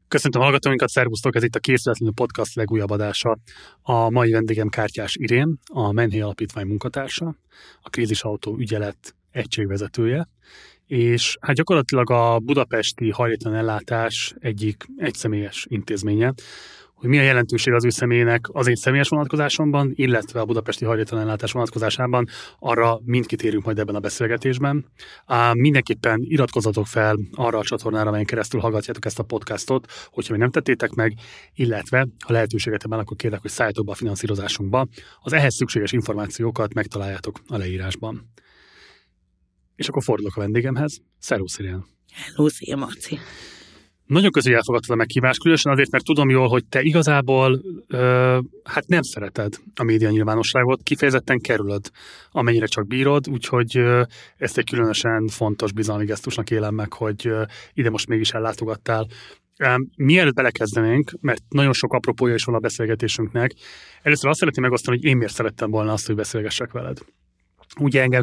Köszöntöm a hallgatóinkat, szervusztok, ez itt a Készületlenül Podcast legújabb adása. A mai vendégem Kártyás Irén, a Menhéj Alapítvány munkatársa, a krízisautó ügyelet egységvezetője, és hát gyakorlatilag a budapesti hajléktalan ellátás egyik egyszemélyes intézménye. Hogy mi a jelentőség az ő személynek az én személyes vonatkozásomban, illetve a budapesti hajléktalan ellátás vonatkozásában, arra mind kitérünk majd ebben a beszélgetésben. Mindenképpen iratkozzatok fel arra a csatornára, amelyen keresztül hallgatjátok ezt a podcastot, hogyha még nem tettétek meg, illetve ha lehetőséget ebben, akkor kérlek, hogy szálljatok be a finanszírozásunkba. Az ehhez szükséges információkat megtaláljátok a leírásban. És akkor fordulok a vendégemhez. Szervusz, Irén! Hello, szia, Marci! Nagyon közel elfogadtad a meghívást, különösen azért, mert tudom jól, hogy te igazából hát nem szereted a média nyilvánosságot, kifejezetten kerülöd, amennyire csak bírod, úgyhogy ezt egy különösen fontos bizalmi gesztusnak élem meg, hogy ide most mégis ellátogattál. Mielőtt belekezdenénk, mert nagyon sok apropója is van a beszélgetésünknek, először azt szeretném megosztani, hogy én miért szerettem volna azt, hogy beszélgessek veled. Ugye engem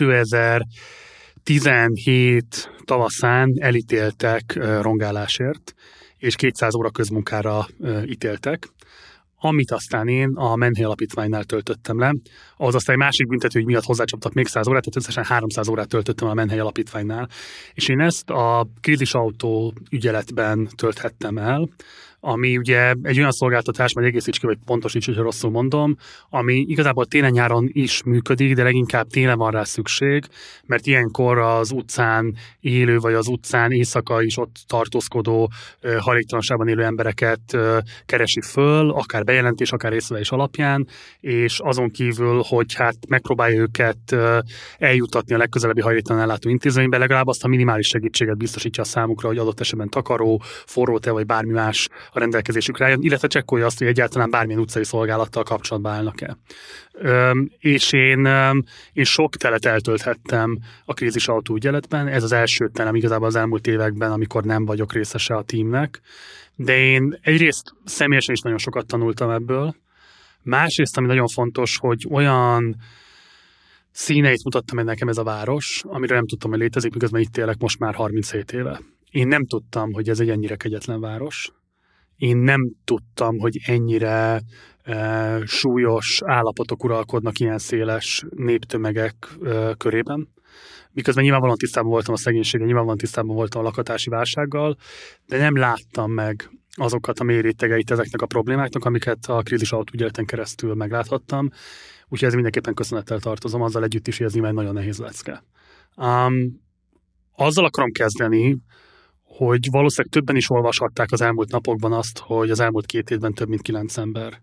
2017 tavaszán elítéltek rongálásért, és 200 óra közmunkára ítéltek, amit aztán én a Menhéj Alapítványnál töltöttem le. Ahhoz aztán egy másik büntetőügy miatt hozzácsaptak még 100 órát, tehát összesen 300 órát töltöttem a Menhéj Alapítványnál. És én ezt a krízisautó ügyeletben tölthettem el, ami ugye egy olyan szolgáltatás, majd egészíts ki, vagy pontosíts, hogyha rosszul mondom, ami igazából télen-nyáron is működik, de leginkább télen van rá szükség, mert ilyenkor az utcán élő, vagy az utcán éjszaka is ott tartózkodó, hajléktalanságban élő embereket keresi föl, akár bejelentés, akár észlelés alapján, és azon kívül, hogy hát megpróbálja őket eljutatni a legközelebbi hajléktalan ellátó intézménybe, legalább azt a minimális segítséget biztosítja a számukra, hogy adott esetben takaró, forróte vagy bármi más a rendelkezésükre álljon, illetve csekkolja azt, hogy egyáltalán bármilyen utcai szolgálattal kapcsolatba állnak-e. És én sok telet eltölthettem a krízisautó ügyeletben, ez az első telem igazából az elmúlt években, amikor nem vagyok részese a teamnek, de én egyrészt személyesen is nagyon sokat tanultam ebből, másrészt, ami nagyon fontos, hogy olyan színeit mutattam meg nekem ez a város, amiről nem tudtam, hogy létezik, miközben itt élek most már 37 éve. Én nem tudtam, hogy ez egy ennyire kegyetlen város. Én nem tudtam, hogy ennyire súlyos állapotok uralkodnak ilyen széles néptömegek körében. Miközben nyilvánvalóan tisztában voltam a szegénységgel, nyilvánvalóan tisztában voltam a lakhatási válsággal, de nem láttam meg azokat a mély rétegeit ezeknek a problémáknak, amiket a krízisautó ügyeleten keresztül megláthattam. Úgyhogy ez mindenképpen köszönettel tartozom, azzal együtt is, hogy ez nyilván nagyon nehéz lecke. Azzal akarom kezdeni, hogy valószínűleg többen is olvashatták az elmúlt napokban azt, hogy az elmúlt 2 évben több mint 9 ember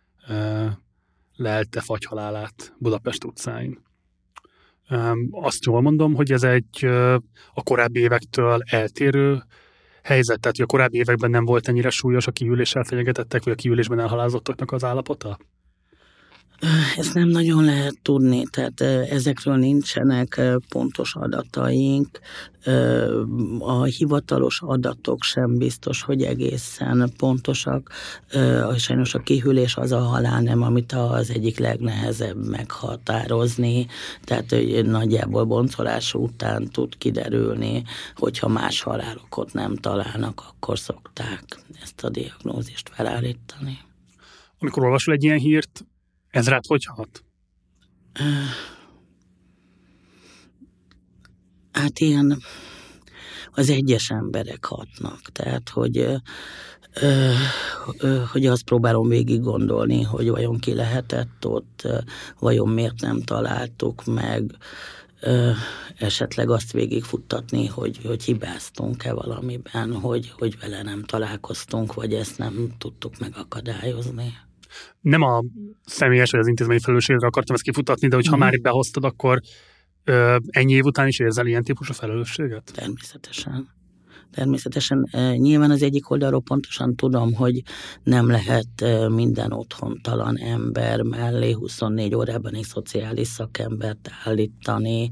lelte fagyhalálát Budapest utcáin. Azt jól mondom, hogy ez egy a korábbi évektől eltérő helyzet, tehát hogy a korábbi években nem volt ennyire súlyos a kihűléssel fenyegetettek, vagy a kihűlésben elhalálozottaknak az állapota? Ezt nem nagyon lehet tudni, tehát ezekről nincsenek pontos adataink. A hivatalos adatok sem biztos, hogy egészen pontosak. Sajnos a kihűlés az a halálnem, amit az egyik legnehezebb meghatározni, tehát nagyjából boncolás után tud kiderülni, hogyha más halálokot nem találnak, akkor szokták ezt a diagnózist felállítani. Amikor olvasol egy ilyen hírt, ez rád hogy hat? Hát ilyen az egyes emberek hatnak, tehát hogy azt próbálom végig gondolni, hogy vajon ki lehetett ott, vajon miért nem találtuk meg, esetleg azt végigfuttatni, hogy hibáztunk-e valamiben, hogy vele nem találkoztunk, vagy ezt nem tudtuk megakadályozni. Nem a személyes vagy az intézményi felelősségre akartam ezt kifutatni, de hogyha már itt behoztad, akkor ennyi év után is érzel ilyen típusú felelősséget? Természetesen. Nyilván az egyik oldalról pontosan tudom, hogy nem lehet minden otthontalan ember mellé 24 órában egy szociális szakembert állítani,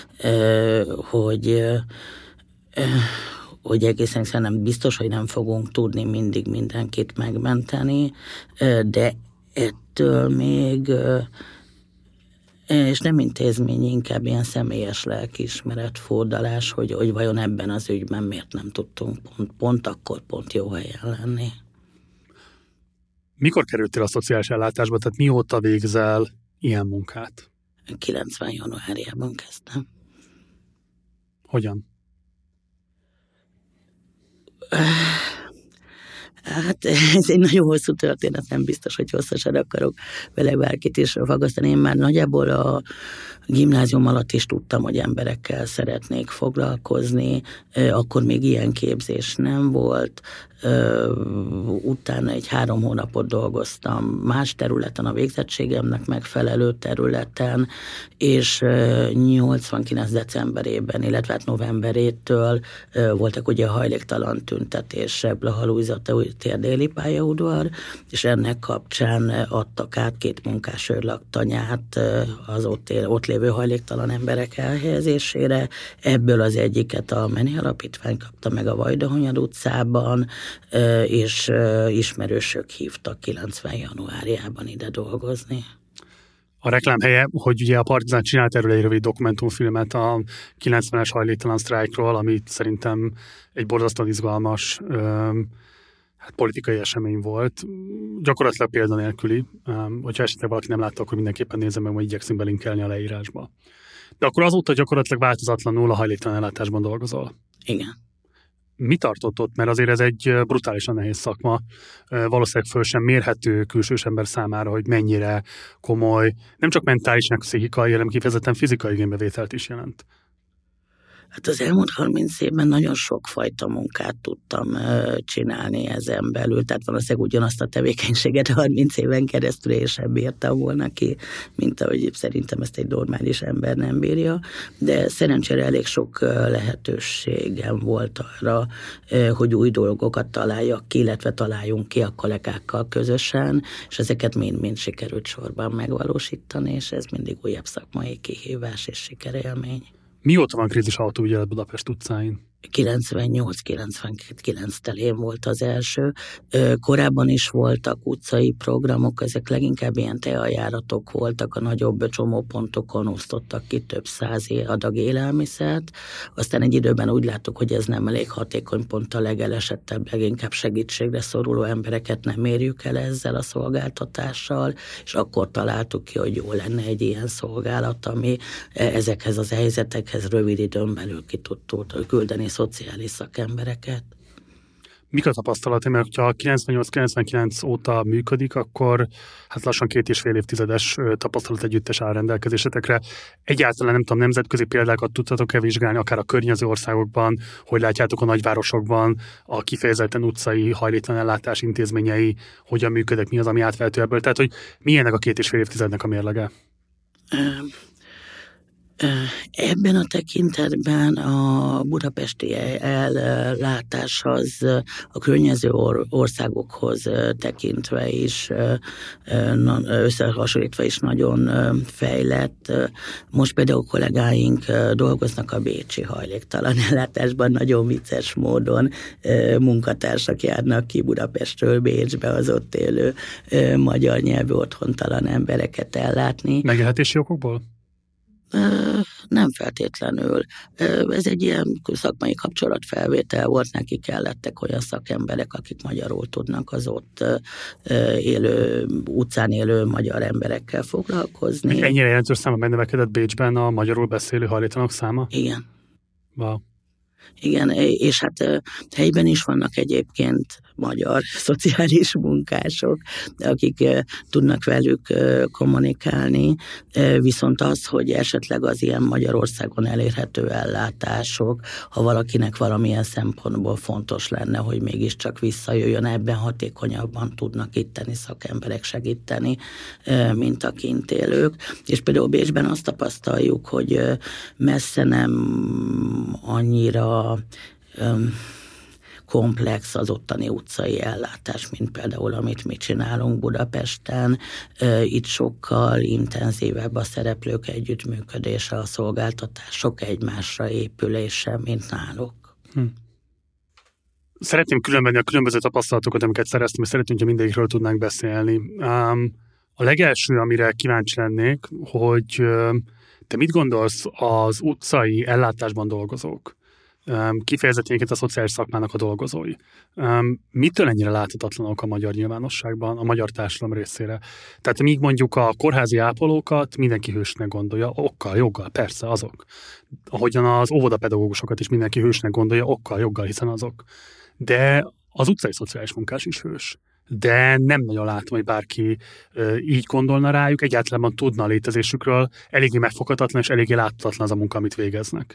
hogy egészen nem biztos, hogy nem fogunk tudni mindig mindenkit megmenteni, de ettől még És nem intézmény, inkább ilyen személyes lelkiismeret fordulás, hogy vajon ebben az ügyben miért nem tudtunk pont akkor pont jó helyen lenni. Mikor kerültél a szociális ellátásba, tehát mióta végzel ilyen munkát? 90 januárjában kezdtem. Hogyan? Hát ez egy nagyon hosszú történet, nem biztos, hogy hosszasan akarok vele bárkit is fagasztani. Én már nagyjából a gimnázium alatt is tudtam, hogy emberekkel szeretnék foglalkozni, akkor még ilyen képzés nem volt. Utána egy 3 hónapot dolgoztam más területen, a végzettségemnek megfelelő területen, és 89. decemberében, illetve hát novemberétől voltak ugye a hajléktalan tüntetések, Blaha Lujza tér déli pályaudvar, és ennek kapcsán adtak át 2 munkás őrlaktanyát az ott lévő hajléktalan emberek elhelyezésére. Ebből az egyiket a Menni Alapítvány kapta meg a Vajdahunyad utcában, és ismerősök hívtak 90 januárjában ide dolgozni. A reklámhelye, hogy ugye a Partizán csinált erről egy rövid dokumentumfilmet a 90-es hajléktalan sztrájkról, amit szerintem egy borzasztóan izgalmas politikai esemény volt. Gyakorlatilag példanélküli. Hogyha esetleg valaki nem látta, akkor mindenképpen nézem meg, majd igyekszünk belinkelni a leírásba. De akkor azóta gyakorlatilag változatlanul a hajléktalan ellátásban dolgozol. Igen. Mi tartott ott? Mert azért ez egy brutálisan nehéz szakma. Valószínűleg föl sem mérhető külsős ember számára, hogy mennyire komoly, nem csak mentális, meg pszichikai, hanem kifejezetten fizikai igénybevételt is jelent. Hát az elmúlt 30 évben nagyon sokfajta munkát tudtam csinálni ezen belül, tehát valószínűleg ugyanazt a tevékenységet 30 éven keresztül én sem bírtam volna ki, mint ahogy szerintem ezt egy normális ember nem bírja, de szerencsére elég sok lehetőségem volt arra, hogy új dolgokat találjak ki, illetve találjunk ki a kollégákkal közösen, és ezeket mind-mind sikerült sorban megvalósítani, és ez mindig újabb szakmai kihívás és sikerélmény. Mióta van krízis autóügyelet Budapest utcáin? 98-99 telén volt az első. Korábban is voltak utcai programok, ezek leginkább ilyen teajáratok voltak, a nagyobb csomópontokon osztottak ki több 100 adag élelmiszert. Aztán egy időben úgy láttuk, hogy ez nem elég hatékony, pont a legelesettebb, leginkább segítségre szoruló embereket nem érjük el ezzel a szolgáltatással, és akkor találtuk ki, hogy jó lenne egy ilyen szolgálat, ami ezekhez az helyzetekhez rövid időn belül ki tud küldeni szociális szakembereket. Mik a tapasztalatai? Mert ha 98-99 óta működik, akkor hát lassan 2,5 évtizedes tapasztalat együttes áll rendelkezésetekre. Egyáltalán nem tudom, nemzetközi példákat tudtatok-e vizsgálni, akár a környező országokban, hogy látjátok a nagyvárosokban a kifejezetten utcai hajléktalan ellátás intézményei, hogyan működnek, mi az, ami átvehető ebből? Tehát, hogy milyennek a 2,5 évtizednek a mérlege? Ebben a tekintetben a budapesti ellátás az a környező országokhoz tekintve is, összehasonlítva is nagyon fejlett. Most például kollégáink dolgoznak a bécsi hajléktalan ellátásban, nagyon vicces módon munkatársak járnak ki Budapestről Bécsbe az ott élő magyar nyelvű otthontalan embereket ellátni. Megélhetési okokból? Nem feltétlenül. Ez egy ilyen szakmai kapcsolatfelvétel volt, neki kellettek olyan szakemberek, akik magyarul tudnak az ott utcán élő magyar emberekkel foglalkozni. Ennyire jelentős száma megnövekedett Bécsben a magyarul beszélő hajléktalanok száma? Igen. Wow. Igen, és hát helyben is vannak egyébként magyar szociális munkások, akik tudnak velük kommunikálni, viszont az, hogy esetleg az ilyen Magyarországon elérhető ellátások, ha valakinek valamilyen szempontból fontos lenne, hogy mégiscsak visszajöjjön, ebben hatékonyabban tudnak itteni szakemberek segíteni, mint a kint élők. És például Bécsben azt tapasztaljuk, hogy messze nem annyira komplex az ottani utcai ellátás, mint például amit mi csinálunk Budapesten. Itt sokkal intenzívebb a szereplők együttműködése, a szolgáltatások egymásra épülése, mint náluk. Szeretném különbenni a különböző tapasztalatokat, amiket szereztem, és szeretném, hogy mindegyikről tudnánk beszélni. A legelső, amire kíváncsi lennék, hogy te mit gondolsz az utcai ellátásban dolgozók, kifejezetten a szociális szakmának a dolgozói. Mitől ennyire láthatatlanok a magyar nyilvánosságban, a magyar társadalom részére? Tehát míg mondjuk a kórházi ápolókat mindenki hősnek gondolja, okkal, joggal, persze azok. Ahogyan az óvodapedagógusokat is mindenki hősnek gondolja, okkal, joggal, hiszen azok. De az utcai szociális munkás is hős. De nem nagyon látom, hogy bárki így gondolna rájuk, egyáltalán tudna a létezésükről, eléggé megfoghatatlan és eléggé láthatatlan az a munka, amit végeznek.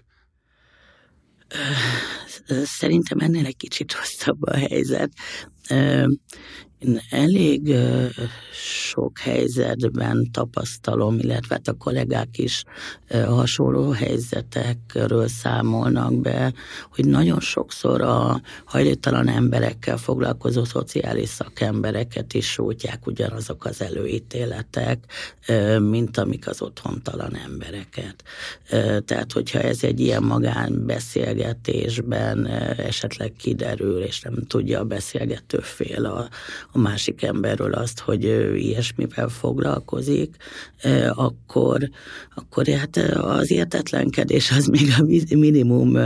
Szerintem ennél egy kicsit rosszabb a helyzet. Én elég sok helyzetben tapasztalom, illetve a kollégák is hasonló helyzetekről számolnak be, hogy nagyon sokszor a hajléktalan emberekkel foglalkozó szociális szakembereket is sújtják ugyanazok az előítéletek, mint amik az otthontalan embereket. Tehát, hogyha ez egy ilyen magánbeszélgetésben esetleg kiderül, és nem tudja a beszélgető fél a másik emberről azt, hogy ő ilyesmivel foglalkozik, akkor hát az értetlenkedés az még a minimum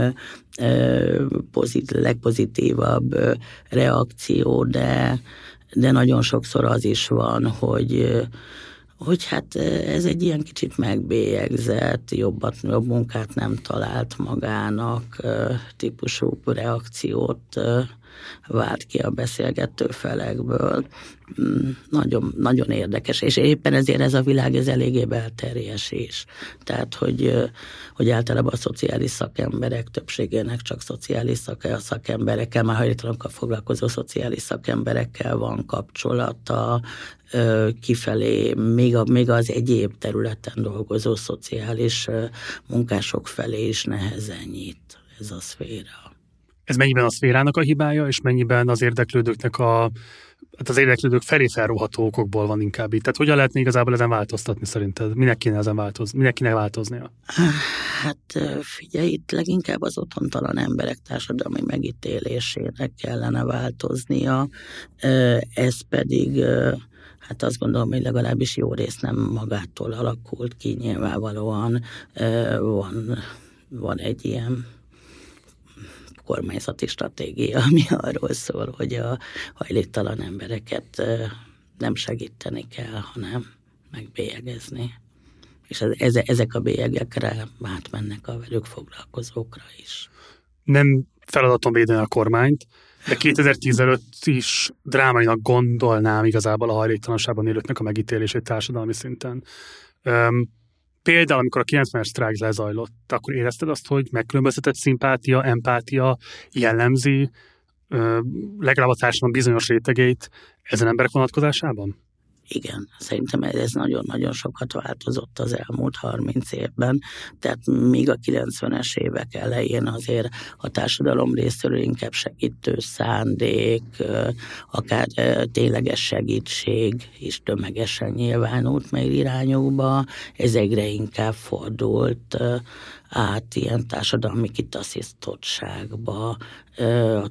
legpozitívabb reakció, de nagyon sokszor az is van, hogy hát ez egy ilyen kicsit megbélyegzett, jobb munkát nem talált magának típusú reakciót vált ki a beszélgető felekből. Nagyon, nagyon érdekes, és éppen ezért ez a világ ez eléggé belterjes is. Tehát, hogy általában a szociális szakemberek többségének csak szociális szakemberekkel, már hajléktalanokkal foglalkozó szociális szakemberekkel van kapcsolata, kifelé, még az egyéb területen dolgozó szociális munkások felé is nehezen nyit ez a szféra. Ez mennyiben a szférának a hibája, és mennyiben az érdeklődőknek az érdeklődők felé felróható okokból van inkább így? Tehát hogyan lehetne igazából ezen változtatni szerinted? Minek kéne változnia? Hát figyelj, itt leginkább az otthontalan emberek társadalmi megítélésének kellene változnia. Ez pedig hát azt gondolom, hogy legalábbis jó rész nem magától alakult ki, nyilvánvalóan van egy ilyen kormányzati stratégia, ami arról szól, hogy a hajléktalan embereket nem segíteni kell, hanem megbélyegezni. És ezek a bélyegekre átmennek a velük foglalkozókra is. Nem feladatom védeni a kormányt, de 2015 is drámainak gondolnám igazából a hajléktalanságban élőknek a megítélését társadalmi szinten. Például, amikor a 90-es sztrájk lezajlott, akkor érezted azt, hogy megkülönböztetett szimpátia, empátia jellemzi legalább a társadalom bizonyos rétegeit ezen emberek vonatkozásában? Igen, szerintem ez nagyon-nagyon sokat változott az elmúlt 30 évben, tehát még a 90-es évek elején azért a társadalom részéről inkább segítő szándék, akár tényleges segítség is tömegesen nyilvánult meg irányokba, ez egyre inkább fordult át ilyen társadalmi kitaszítottságba, a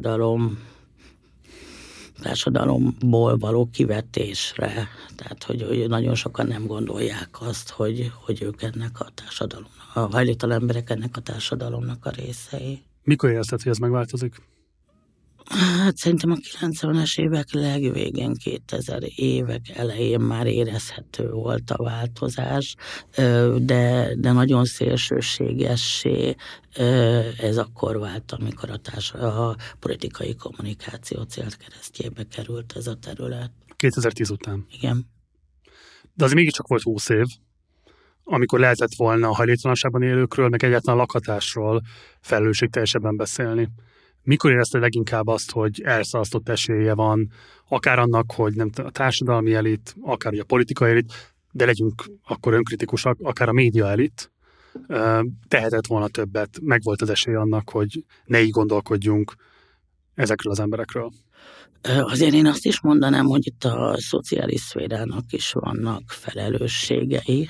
társadalomból való kivetésre. Tehát, hogy nagyon sokan nem gondolják azt, hogy ők ennek a társadalomnak, a hajléktalan emberek ennek a társadalomnak a részei. Mikor érezted, hogy ez megváltozik? Hát szerintem a 90-es évek legvégén, 2000 évek elején már érezhető volt a változás, de nagyon szélsőségessé ez akkor vált, amikor a politikai kommunikáció célkeresztjébe került ez a terület. 2010 után. Igen. De az mégiscsak volt 20 év, amikor lehetett volna a hajléktalanságban élőkről, meg egyáltalán a lakhatásról felelősségteljesebben beszélni. Mikor érezted leginkább azt, hogy elszalasztott esélye van, akár annak, hogy nem a társadalmi elit, akár a politikai elit, de legyünk akkor önkritikusak, akár a média elit, tehetett volna többet, meg volt az esély annak, hogy ne így gondolkodjunk ezekről az emberekről? Azért én azt is mondanám, hogy itt a szociális szférának is vannak felelősségei.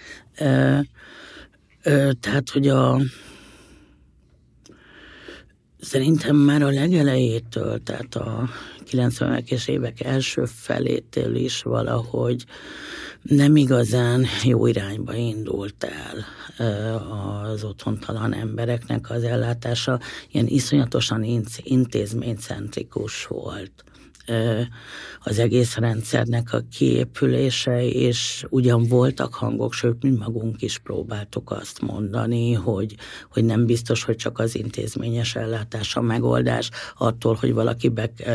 Tehát, hogy Szerintem már a legelejétől, tehát a 90-es évek első felétől is valahogy nem igazán jó irányba indult el az otthontalan embereknek az ellátása. Ilyen iszonyatosan intézménycentrikus volt az egész rendszernek a kiépülése, és ugyan voltak hangok, sőt, mi magunk is próbáltuk azt mondani, hogy nem biztos, hogy csak az intézményes ellátás a megoldás, attól, hogy valaki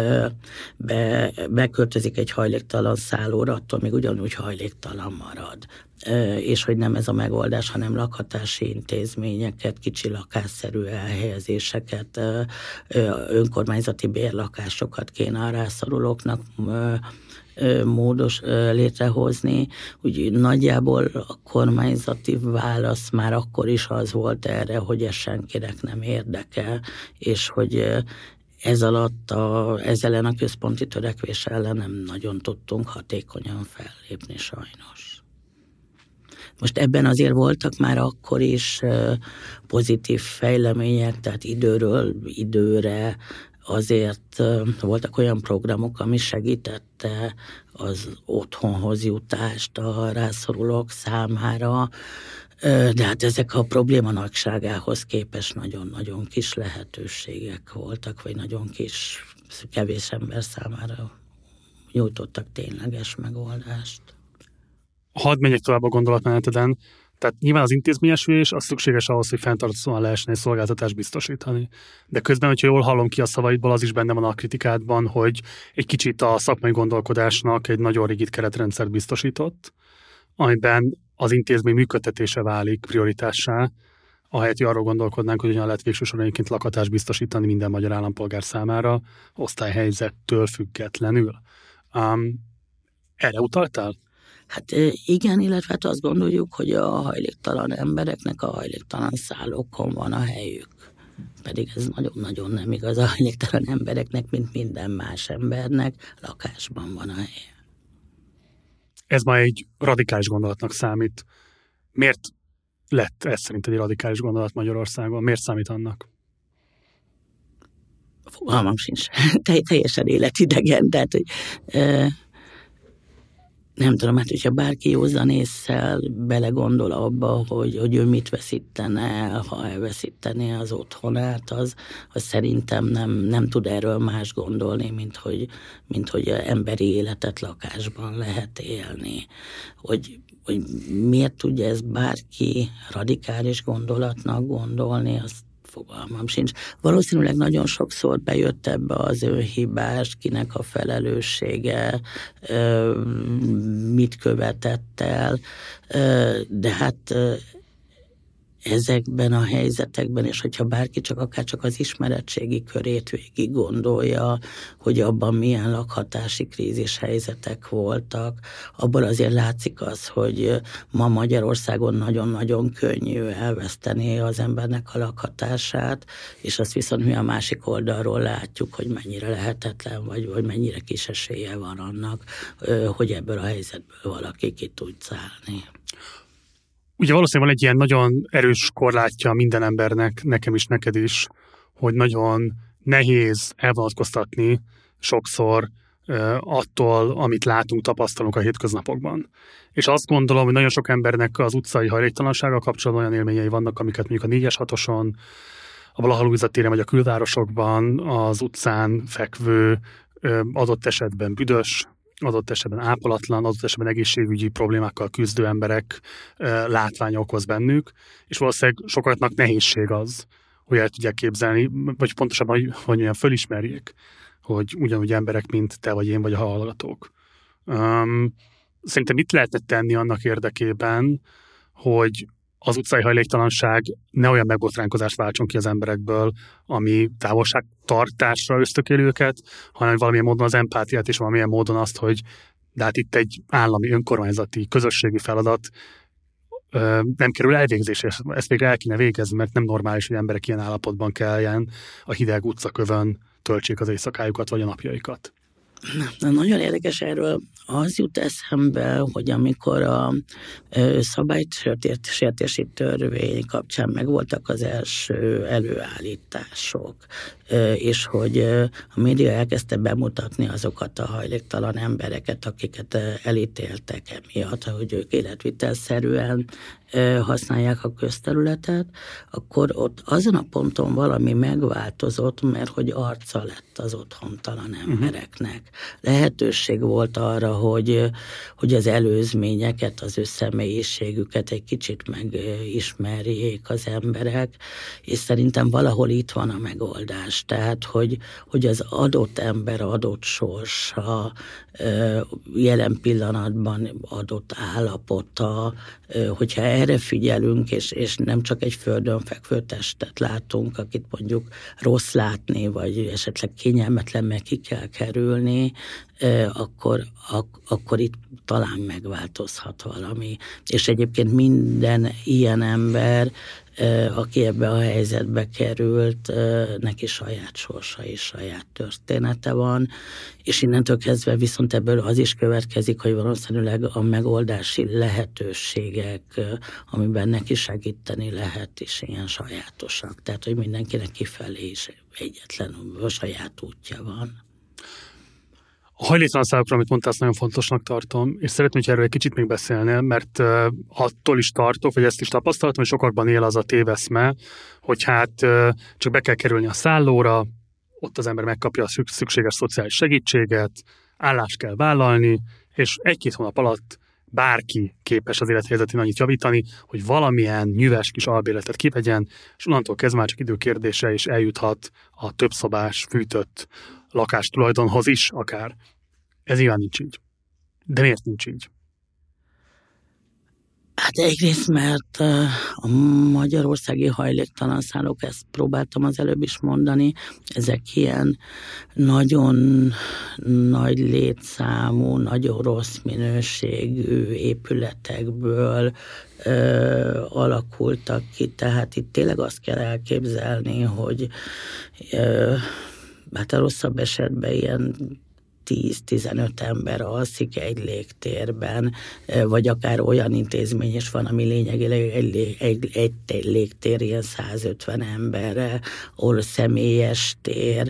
beköltözik egy hajléktalan szállóra, attól még ugyanúgy hajléktalan marad. És hogy nem ez a megoldás, hanem lakhatási intézményeket, kicsi lakásszerű elhelyezéseket, önkormányzati bérlakásokat kéne a rászorulóknak módos létrehozni. Úgy nagyjából a kormányzati válasz már akkor is az volt erre, hogy ez senkinek nem érdekel, és hogy ezzel ellen a központi törekvés ellen nem nagyon tudtunk hatékonyan fellépni sajnos. Most ebben azért voltak már akkor is pozitív fejlemények, tehát időről időre azért voltak olyan programok, ami segítette az otthonhoz jutást a rászorulók számára, de hát ezek a probléma nagyságához képest nagyon-nagyon kis lehetőségek voltak, vagy nagyon kevés ember számára nyújtottak tényleges megoldást. Hadd menjek tovább a gondolatmeneteden. Tehát nyilván az intézményesülés az szükséges ahhoz, hogy fenntartóan lehessen egy szolgáltatást biztosítani. De közben, hogyha jól hallom ki a szavaidból, az is benne van a kritikádban, hogy egy kicsit a szakmai gondolkodásnak egy nagyon rigid keretrendszert biztosított, amiben az intézmény működtetése válik prioritássá, ahelyett, hogy arról gondolkodnánk, hogy hogyan lehet végső soron egyébként lakhatást biztosítani minden magyar állampolgár számára, osztályhelyzettől függetlenül. Erre utaltál? Hát igen, illetve hát azt gondoljuk, hogy a hajléktalan embereknek a hajléktalan szállókon van a helyük. Pedig ez nagyon-nagyon nem igaz, a hajléktalan embereknek, mint minden más embernek, lakásban van a helye. Ez már egy radikális gondolatnak számít. Miért lett ez szerint egy radikális gondolat Magyarországon? Miért számít annak? Fogalmam sincs. Teljesen életidegen, tehát hogy... Nem tudom, hát hogyha bárki józan ésszel belegondol abba, hogy ő mit veszítene el, ha elveszítené az otthonát, az szerintem nem tud erről más gondolni, mint hogy emberi életet lakásban lehet élni. Hogy miért tudja ez bárki radikális gondolatnak gondolni, azt fogalmam sincs. Valószínűleg nagyon sokszor bejött ebbe az önhibás, kinek a felelőssége, mit követett el, de hát ezekben a helyzetekben, és hogyha bárki akár csak az ismeretségi körét végig gondolja, hogy abban milyen lakhatási krízis helyzetek voltak, abból azért látszik az, hogy ma Magyarországon nagyon-nagyon könnyű elveszteni az embernek a lakhatását, és azt viszont mi a másik oldalról látjuk, hogy mennyire lehetetlen, vagy mennyire kis esélye van annak, hogy ebből a helyzetből valaki ki tud szállni. Ugye valószínűleg van egy ilyen nagyon erős korlátja minden embernek, nekem is, neked is, hogy nagyon nehéz elvonatkoztatni sokszor attól, amit látunk, tapasztalunk a hétköznapokban. És azt gondolom, hogy nagyon sok embernek az utcai hajléktalansággal kapcsolatban olyan élményei vannak, amiket mondjuk a 4-es, 6-oson, a Blaha téren vagy a külvárosokban az utcán fekvő, adott esetben büdös, adott esetben ápolatlan, adott esetben egészségügyi problémákkal küzdő emberek látványa okoz bennük, és valószínűleg sokaknak nehézség az, hogy el tudják képzelni, vagy pontosabban, hogy olyan fölismerjék, hogy ugyanúgy emberek, mint te vagy én, vagy a hallgatók. Szerintem mit lehetne tenni annak érdekében, hogy az utcai hajléktalanság ne olyan megbotránkozást váltson ki az emberekből, ami távolságtartásra ösztökél őket, hanem valamilyen módon az empátiát és valamilyen módon azt, hogy de hát itt egy állami, önkormányzati, közösségi feladat nem kerül elvégzésre, ezt végre el kéne végezni, mert nem normális, hogy emberek ilyen állapotban kelljen a hideg utcakövön töltsék az éjszakájukat vagy a napjaikat. Nagyon érdekes erről. Az jut eszembe, hogy amikor a szabálysértési törvény kapcsán megvoltak az első előállítások, és hogy a média elkezdte bemutatni azokat a hajléktalan embereket, akiket elítéltek emiatt, hogy ők életvitelszerűen használják a közterületet, akkor ott azon a ponton valami megváltozott, mert hogy arca lett az otthontalan embereknek. Lehetőség volt arra, hogy az előzményeket, az ő személyiségüket egy kicsit megismerjék az emberek, és szerintem valahol itt van a megoldás. Tehát, hogy az adott ember adott sorsa, jelen pillanatban adott állapota, hogyha erre figyelünk, és nem csak egy földön fekvő testet látunk, akit mondjuk rossz látni, vagy esetleg kényelmetlen, meg ki kell kerülni, akkor itt talán megváltozhat valami. És egyébként minden ilyen ember, aki ebbe a helyzetbe került, neki saját sorsa és saját története van, és innentől kezdve viszont ebből az is következik, hogy valószínűleg a megoldási lehetőségek, amiben neki segíteni lehet, is ilyen sajátosak. Tehát, hogy mindenkinek kifelé is egyetlenül a saját útja van. A hajléktalan szállókról, amit mondtál, azt nagyon fontosnak tartom, és szeretném, hogy erről egy kicsit még beszélnél, mert attól is tartok, vagy ezt is tapasztaltam, hogy sokakban él az a téveszme, hogy hát csak be kell kerülni a szállóra, ott az ember megkapja a szükséges szociális segítséget, állást kell vállalni, és 1-2 hónap alatt bárki képes az élethelyzetén annyit javítani, hogy valamilyen nyüves kis albérletet kivegyen, és onnantól kezdve már csak időkérdése, és eljuthat a többszobás, fűtött lakástulajdonhoz is akár. Ez nyilván nincs így. De miért nincs így? Hát egyrészt, mert a magyarországi hajléktalan szállók, ezt próbáltam az előbb is mondani, ezek ilyen nagyon nagy létszámú, nagyon rossz minőségű épületekből alakultak ki, tehát itt tényleg azt kell elképzelni, hogy hát a rosszabb esetben ilyen 10-15 ember alszik egy légtérben, vagy akár olyan intézmény is van, ami lényegileg egy légtér ilyen 150 emberre, ahol személyes tér,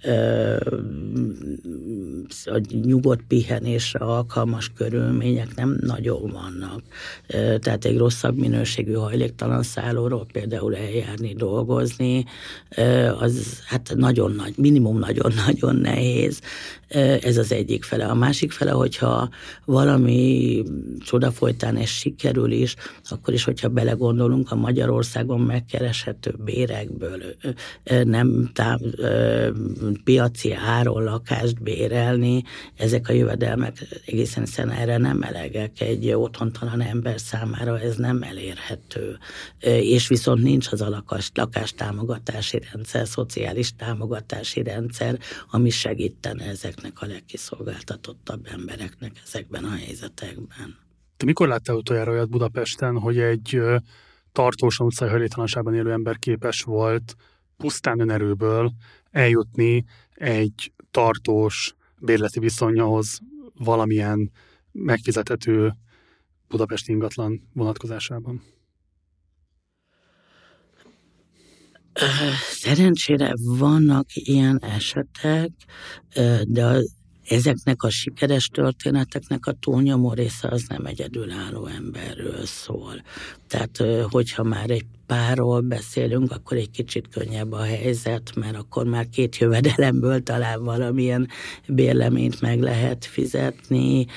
a nyugodt pihenésre alkalmas körülmények nem nagyon vannak. Tehát egy rosszabb minőségű hajléktalan szállóról például eljárni, dolgozni, az hát nagyon nagy, minimum nagyon-nagyon nehéz. Ez az egyik fele. A másik fele, hogyha valami csoda folytán ez sikerül is, akkor is, hogyha belegondolunk, a Magyarországon megkereshető bérekből nem piaci áron lakást bérelni, ezek a jövedelmek egészen egyszerűen erre nem elegek. Egy otthontalan ember számára ez nem elérhető. És viszont nincs az a lakástámogatási rendszer, szociális támogatási rendszer, ami segítene ezeknek a legkiszolgáltatottabb embereknek ezekben a helyzetekben. Te mikor láttál utoljára olyat Budapesten, hogy egy tartósan utcai hajléktalanságban élő ember képes volt pusztán önerőből eljutni egy tartós bérleti viszonyhoz valamilyen megfizethető budapesti ingatlan vonatkozásában? Szerencsére vannak ilyen esetek, de ezeknek a sikeres történeteknek a túlnyomó része az nem egyedülálló emberről szól. Tehát, hogyha már egy párról beszélünk, akkor egy kicsit könnyebb a helyzet, mert akkor már 2 jövedelemből talán valamilyen bérleményt meg lehet fizetni.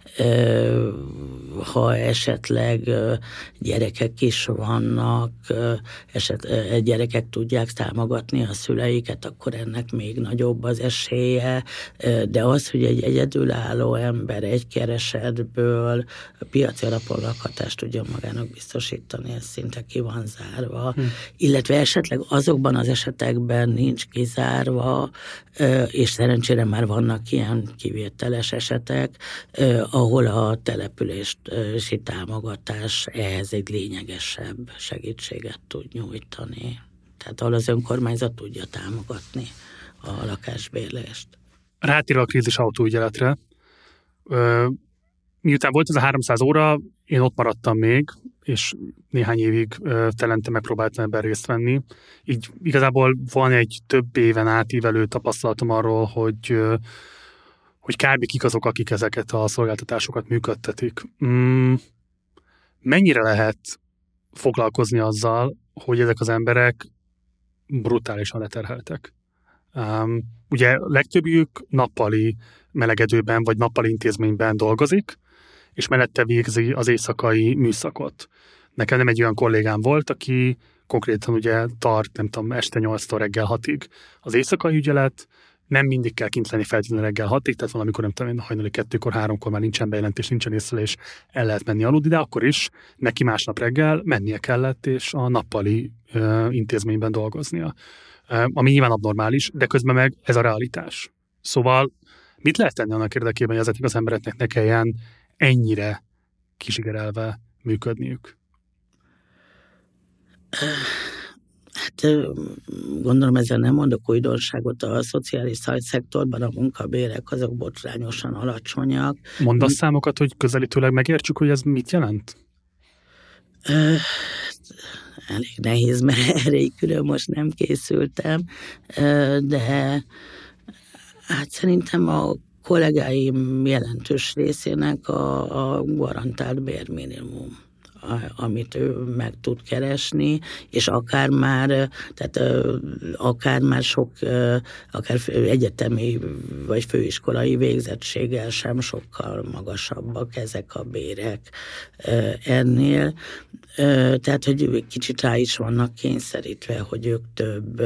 Ha esetleg gyerekek is vannak, gyerekek tudják támogatni a szüleiket, akkor ennek még nagyobb az esélye. De az, hogy egy egyedülálló ember egy keresetből piaci alapon lakhatást tudja magának biztosítani, ez szinte ki van zárva. Illetve esetleg azokban az esetekben nincs kizárva, és szerencsére már vannak ilyen kivételes esetek, ahol a települési támogatás ehhez egy lényegesebb segítséget tud nyújtani. Tehát ahol az önkormányzat tudja támogatni a lakásbérlést. Rátérve a krízis autóügyeletre, miután volt ez a 300 óra, én ott maradtam még, és néhány évig telente megpróbáltam ebben részt venni. Így igazából van egy több éven átívelő tapasztalatom arról, hogy kb. Kik azok, akik ezeket a szolgáltatásokat működtetik. Mennyire lehet foglalkozni azzal, hogy ezek az emberek brutálisan leterheltek? Ugye legtöbbjük nappali melegedőben vagy nappali intézményben dolgozik, és mellette végzi az éjszakai műszakot. Nekem nem egy olyan kollégám volt, aki konkrétan ugye tart, nem tudom, este 8-tól reggel 6-ig az éjszakai ügyelet, nem mindig kell kint lenni feltétlenül reggel 6-ig, tehát valamikor nem tudom, hajnali 2-kor, 3-kor már nincsen bejelentés, nincsen észlelés, el lehet menni aludni, de akkor is neki másnap reggel mennie kellett, és a nappali intézményben dolgoznia. Ami nyilván abnormális, de közben meg ez a realitás. Szóval mit lehet tenni annak érdekében, hogy ezeknek az embereknek ne kelljen ennyire kizsigerelve működniük? Hát gondolom ezzel nem mondok újdonságot, a szociális szektorban a munkabérek azok botrányosan alacsonyak. Mondasz számokat, hogy közelítőleg megértsük, hogy ez mit jelent? Elég nehéz, mert erre így külön most nem készültem, de hát szerintem a kollégáim jelentős részének a garantált bérminimum, amit ő meg tud keresni, és akár már sok, akár egyetemi vagy főiskolai végzettséggel sem sokkal magasabbak ezek a bérek ennél. Tehát, hogy kicsit rá is vannak kényszerítve, hogy ők több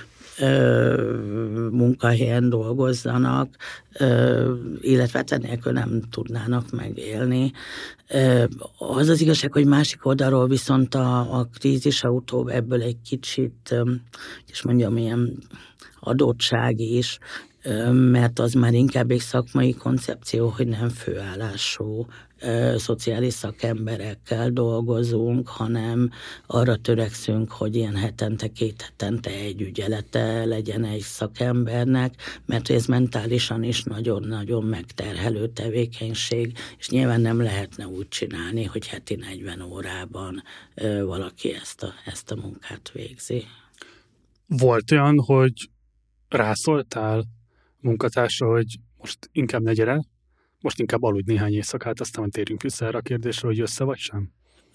munkahelyen dolgozzanak, illetve enélkül nem tudnának megélni. Az az igazság, hogy másik oldalról viszont a krízis autó ebből egy kicsit, és mondjam, ilyen adottság is, mert az már inkább egy szakmai koncepció, hogy nem főállású szociális szakemberekkel dolgozunk, hanem arra törekszünk, hogy ilyen hetente, 2 hetente egy ügyelete legyen egy szakembernek, mert ez mentálisan is nagyon-nagyon megterhelő tevékenység, és nyilván nem lehetne úgy csinálni, hogy heti 40 órában valaki ezt a munkát végzi. Volt olyan, hogy rászóltál munkatársra, hogy most inkább ne gyere, most inkább aludj néhány éjszakát, aztán térjünk vissza erre a kérdésre, hogy jössze vagy sem?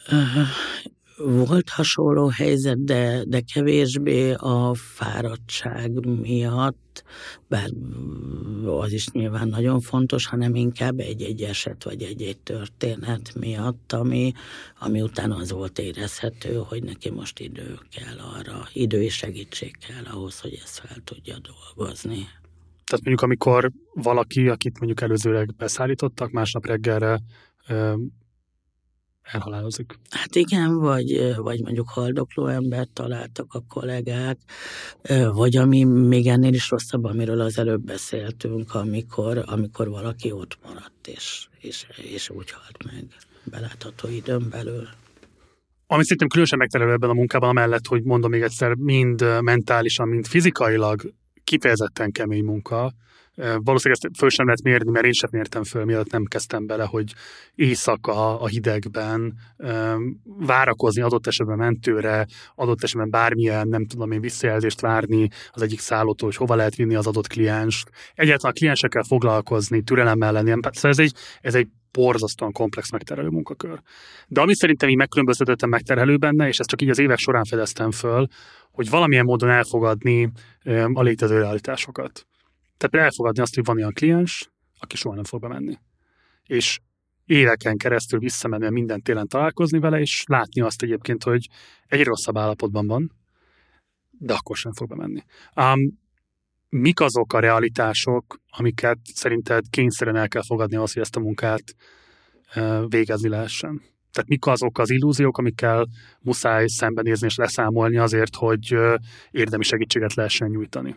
Volt hasonló helyzet, de kevésbé a fáradtság miatt, bár az is nyilván nagyon fontos, hanem inkább egy eset vagy egy történet miatt, ami után az volt érezhető, hogy neki most idő kell arra, idő és segítség kell ahhoz, hogy ezt fel tudja dolgozni. Tehát mondjuk amikor valaki, akit mondjuk előzőleg beszállítottak, másnap reggelre elhalálozik. Hát igen, vagy mondjuk haldokló embert találtak a kollégák, vagy ami még ennél is rosszabb, amiről az előbb beszéltünk, amikor valaki ott maradt, és úgy halt meg belátható időn belül. Ami szerintem különösen megterelő ebben a munkában, amellett, hogy mondom még egyszer, mind mentálisan, mind fizikailag kifejezetten kemény munka. Valószínűleg ezt föl sem lehet mérni, mert én sem mértem föl, mielőtt nem kezdtem bele, hogy éjszaka a hidegben várakozni adott esetben mentőre, adott esetben bármilyen, nem tudom én, visszajelzést várni az egyik szállótól, hogy hova lehet vinni az adott klienst. Egyáltalán a kliensekkel foglalkozni, türelemmel lenni. Szóval ez egy borzasztóan komplex megterhelő munkakör. De ami szerintem így megkülönböztetettem megterhelő benne, és ezt csak így az évek során fedeztem föl, hogy valamilyen módon elfogadni a létező realitásokat. Tehát elfogadni azt, hogy van olyan kliens, aki soha nem fog bemenni. És éveken keresztül visszamenni, minden télen találkozni vele, és látni azt egyébként, hogy egyre rosszabb állapotban van, de akkor sem fog bemenni. Mik azok a realitások, amiket szerinted kényszerűen el kell fogadni ahhoz, hogy ezt a munkát végezni lehessen? Tehát mik azok az illúziók, amikkel muszáj szembenézni és leszámolni azért, hogy érdemi segítséget lehessen nyújtani?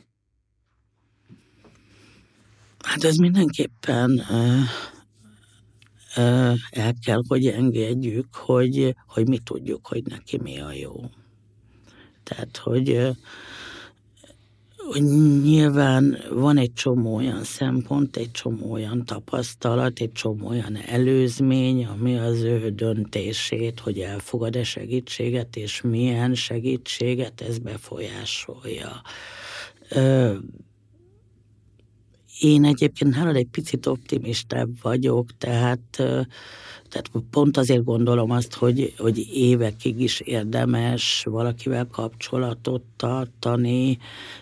Hát ez mindenképpen el kell, hogy engedjük, hogy mi tudjuk, hogy neki mi a jó. Tehát, Nyilván van egy csomó olyan szempont, egy csomó olyan tapasztalat, egy csomó olyan előzmény, ami az ő döntését, hogy elfogad-e segítséget, és milyen segítséget ez befolyásolja. Én egyébként nálad egy picit optimistább vagyok, tehát pont azért gondolom azt, hogy évekig is érdemes valakivel kapcsolatot tartani,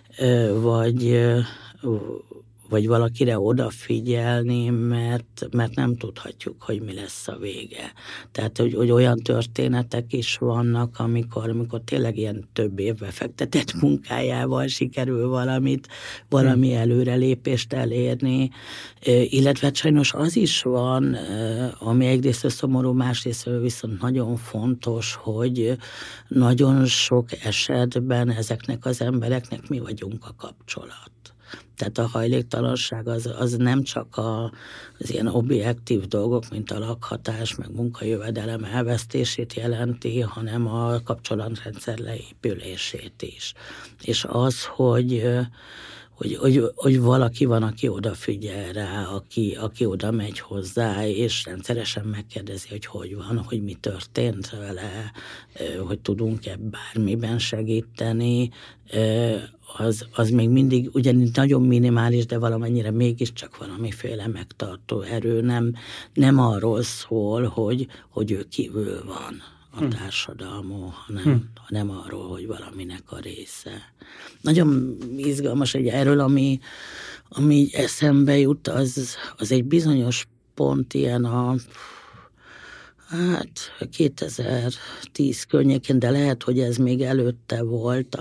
vagy valakire odafigyelni, mert nem tudhatjuk, hogy mi lesz a vége. Tehát, hogy olyan történetek is vannak, amikor tényleg ilyen több évbe fektetett munkájával sikerül valami előrelépést elérni, illetve sajnos az is van, ami egyrészt szomorú, másrészt viszont nagyon fontos, hogy nagyon sok esetben ezeknek az embereknek mi vagyunk a kapcsolat. Tehát a hajléktalanság az nem csak az ilyen objektív dolgok, mint a lakhatás, meg munkajövedelem elvesztését jelenti, hanem a kapcsolatrendszer leépülését is. És az, hogy valaki van, aki odafigyel rá, aki oda megy hozzá, és rendszeresen megkérdezi, hogy van, hogy mi történt vele, hogy tudunk-e bármiben segíteni, az még mindig ugyanis nagyon minimális, de valamennyire mégiscsak valamiféle megtartó erő. Nem arról szól, hogy ő kívül van a társadalmon, hanem arról, hogy valaminek a része. Nagyon izgalmas, hogy erről, ami eszembe jut, az egy bizonyos pont ilyen a 2010 környékén, de lehet, hogy ez még előtte volt,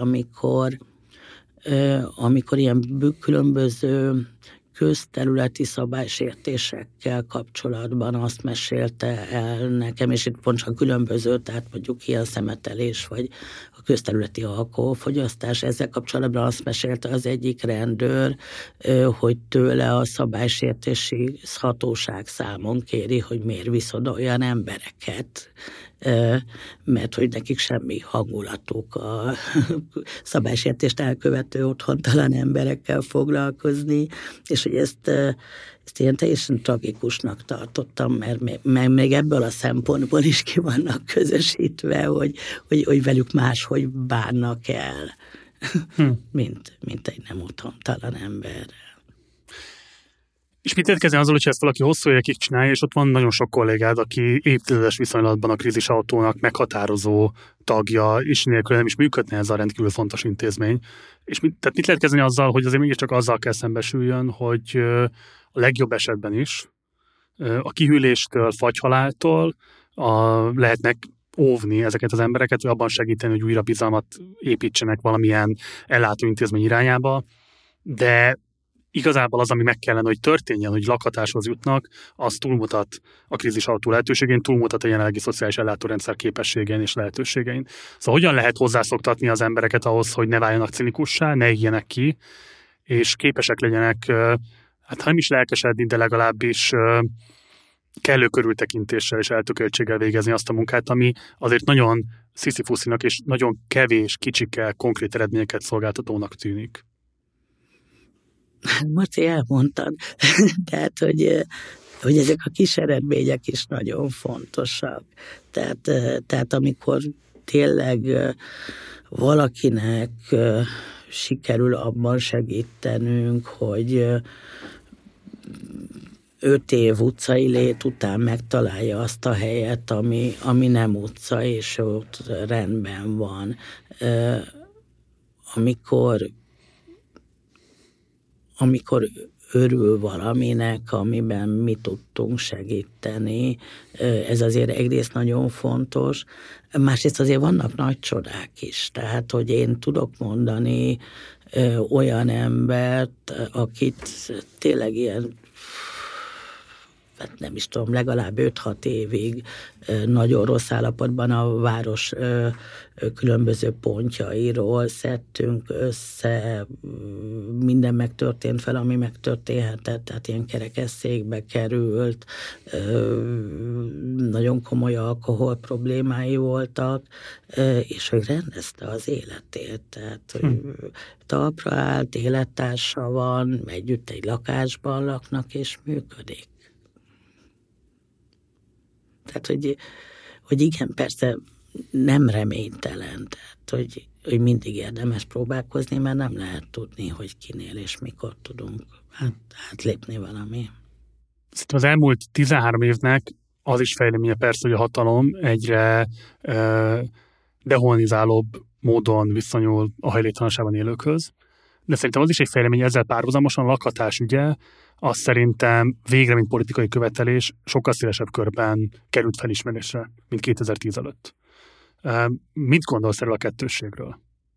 amikor ilyen különböző közterületi szabálysértésekkel kapcsolatban azt mesélte el nekem, és itt pont csak különböző, tehát mondjuk ilyen szemetelés, vagy a közterületi alkoholfogyasztás, ezzel kapcsolatban azt mesélte az egyik rendőr, hogy tőle a szabálysértési hatóság számon kéri, hogy miért visz oda olyan embereket, mert hogy nekik semmi hangulatuk a szabálysértést elkövető otthontalan emberekkel foglalkozni, és hogy ezt ilyen teljesen tragikusnak tartottam, mert még ebből a szempontból is ki vannak közösítve, hogy velük máshogy bánnak el, mint egy nem otthontalan ember. És mit lehet kezdeni azzal, hogyha ezt valaki hosszú évekig csinálja, és ott van nagyon sok kollégád, aki évtizedes viszonylatban a krízisautónak meghatározó tagja, és nélkül nem is működne ez a rendkívül fontos intézmény. És tehát mit lehet kezdeni azzal, hogy azért mégiscsak azzal kell szembesüljön, hogy a legjobb esetben is a kihűléstől, fagyhaláltól lehetnek óvni ezeket az embereket, vagy abban segíteni, hogy újra bizalmat építsenek valamilyen ellátóintézmény irányába, de igazából az, ami meg kellene, hogy történjen, hogy lakhatáshoz jutnak, az túlmutat a krízisautó lehetőségén, túlmutat a jelenlegi szociális ellátórendszer képességein és lehetőségein. Szóval hogyan lehet hozzászoktatni az embereket ahhoz, hogy ne váljanak cinikussá, ne égjenek ki, és képesek legyenek, hát ha nem is lelkesedni, de legalábbis kellő körültekintéssel és eltökéltséggel végezni azt a munkát, ami azért nagyon sziszifuszinak és nagyon kevés, kicsikkel konkrét eredményeket szolgáltatónak tűnik. Marci, elmondtad, tehát, hogy ezek a kis eredmények is nagyon fontosak. Tehát amikor tényleg valakinek sikerül abban segítenünk, hogy 5 év utcai lét után megtalálja azt a helyet, ami nem utca, és ott rendben van. Amikor örül valaminek, amiben mi tudtunk segíteni, ez azért egyrészt nagyon fontos. Másrészt azért vannak nagy csodák is, tehát, hogy én tudok mondani olyan embert, akit tényleg ilyen hát nem is tudom, legalább 5-6 évig nagyon rossz állapotban a város különböző pontjairól szedtünk össze, minden megtörtént fel, ami megtörténhetett, tehát ilyen kerekesszékbe került, nagyon komoly alkohol problémái voltak, és hogy rendezte az életét, tehát hogy talpra állt, élettársa van, együtt egy lakásban laknak, és működik. Tehát, hogy igen, persze nem reménytelen, tehát, hogy mindig érdemes próbálkozni, mert nem lehet tudni, hogy kinél és mikor tudunk átlépni valami. Szerintem az elmúlt 13 évnek az is fejleménye persze, hogy a hatalom egyre dehumanizálóbb módon viszonyul a hajléktalanságban élőkhöz, de szerintem az is egy fejlemény, ezzel párhuzamosan a lakhatás ügye, az szerintem végre, mint politikai követelés, sokkal szélesebb körben került felismerésre, mint 2010 előtt. Mit gondolsz erről a kettősségről?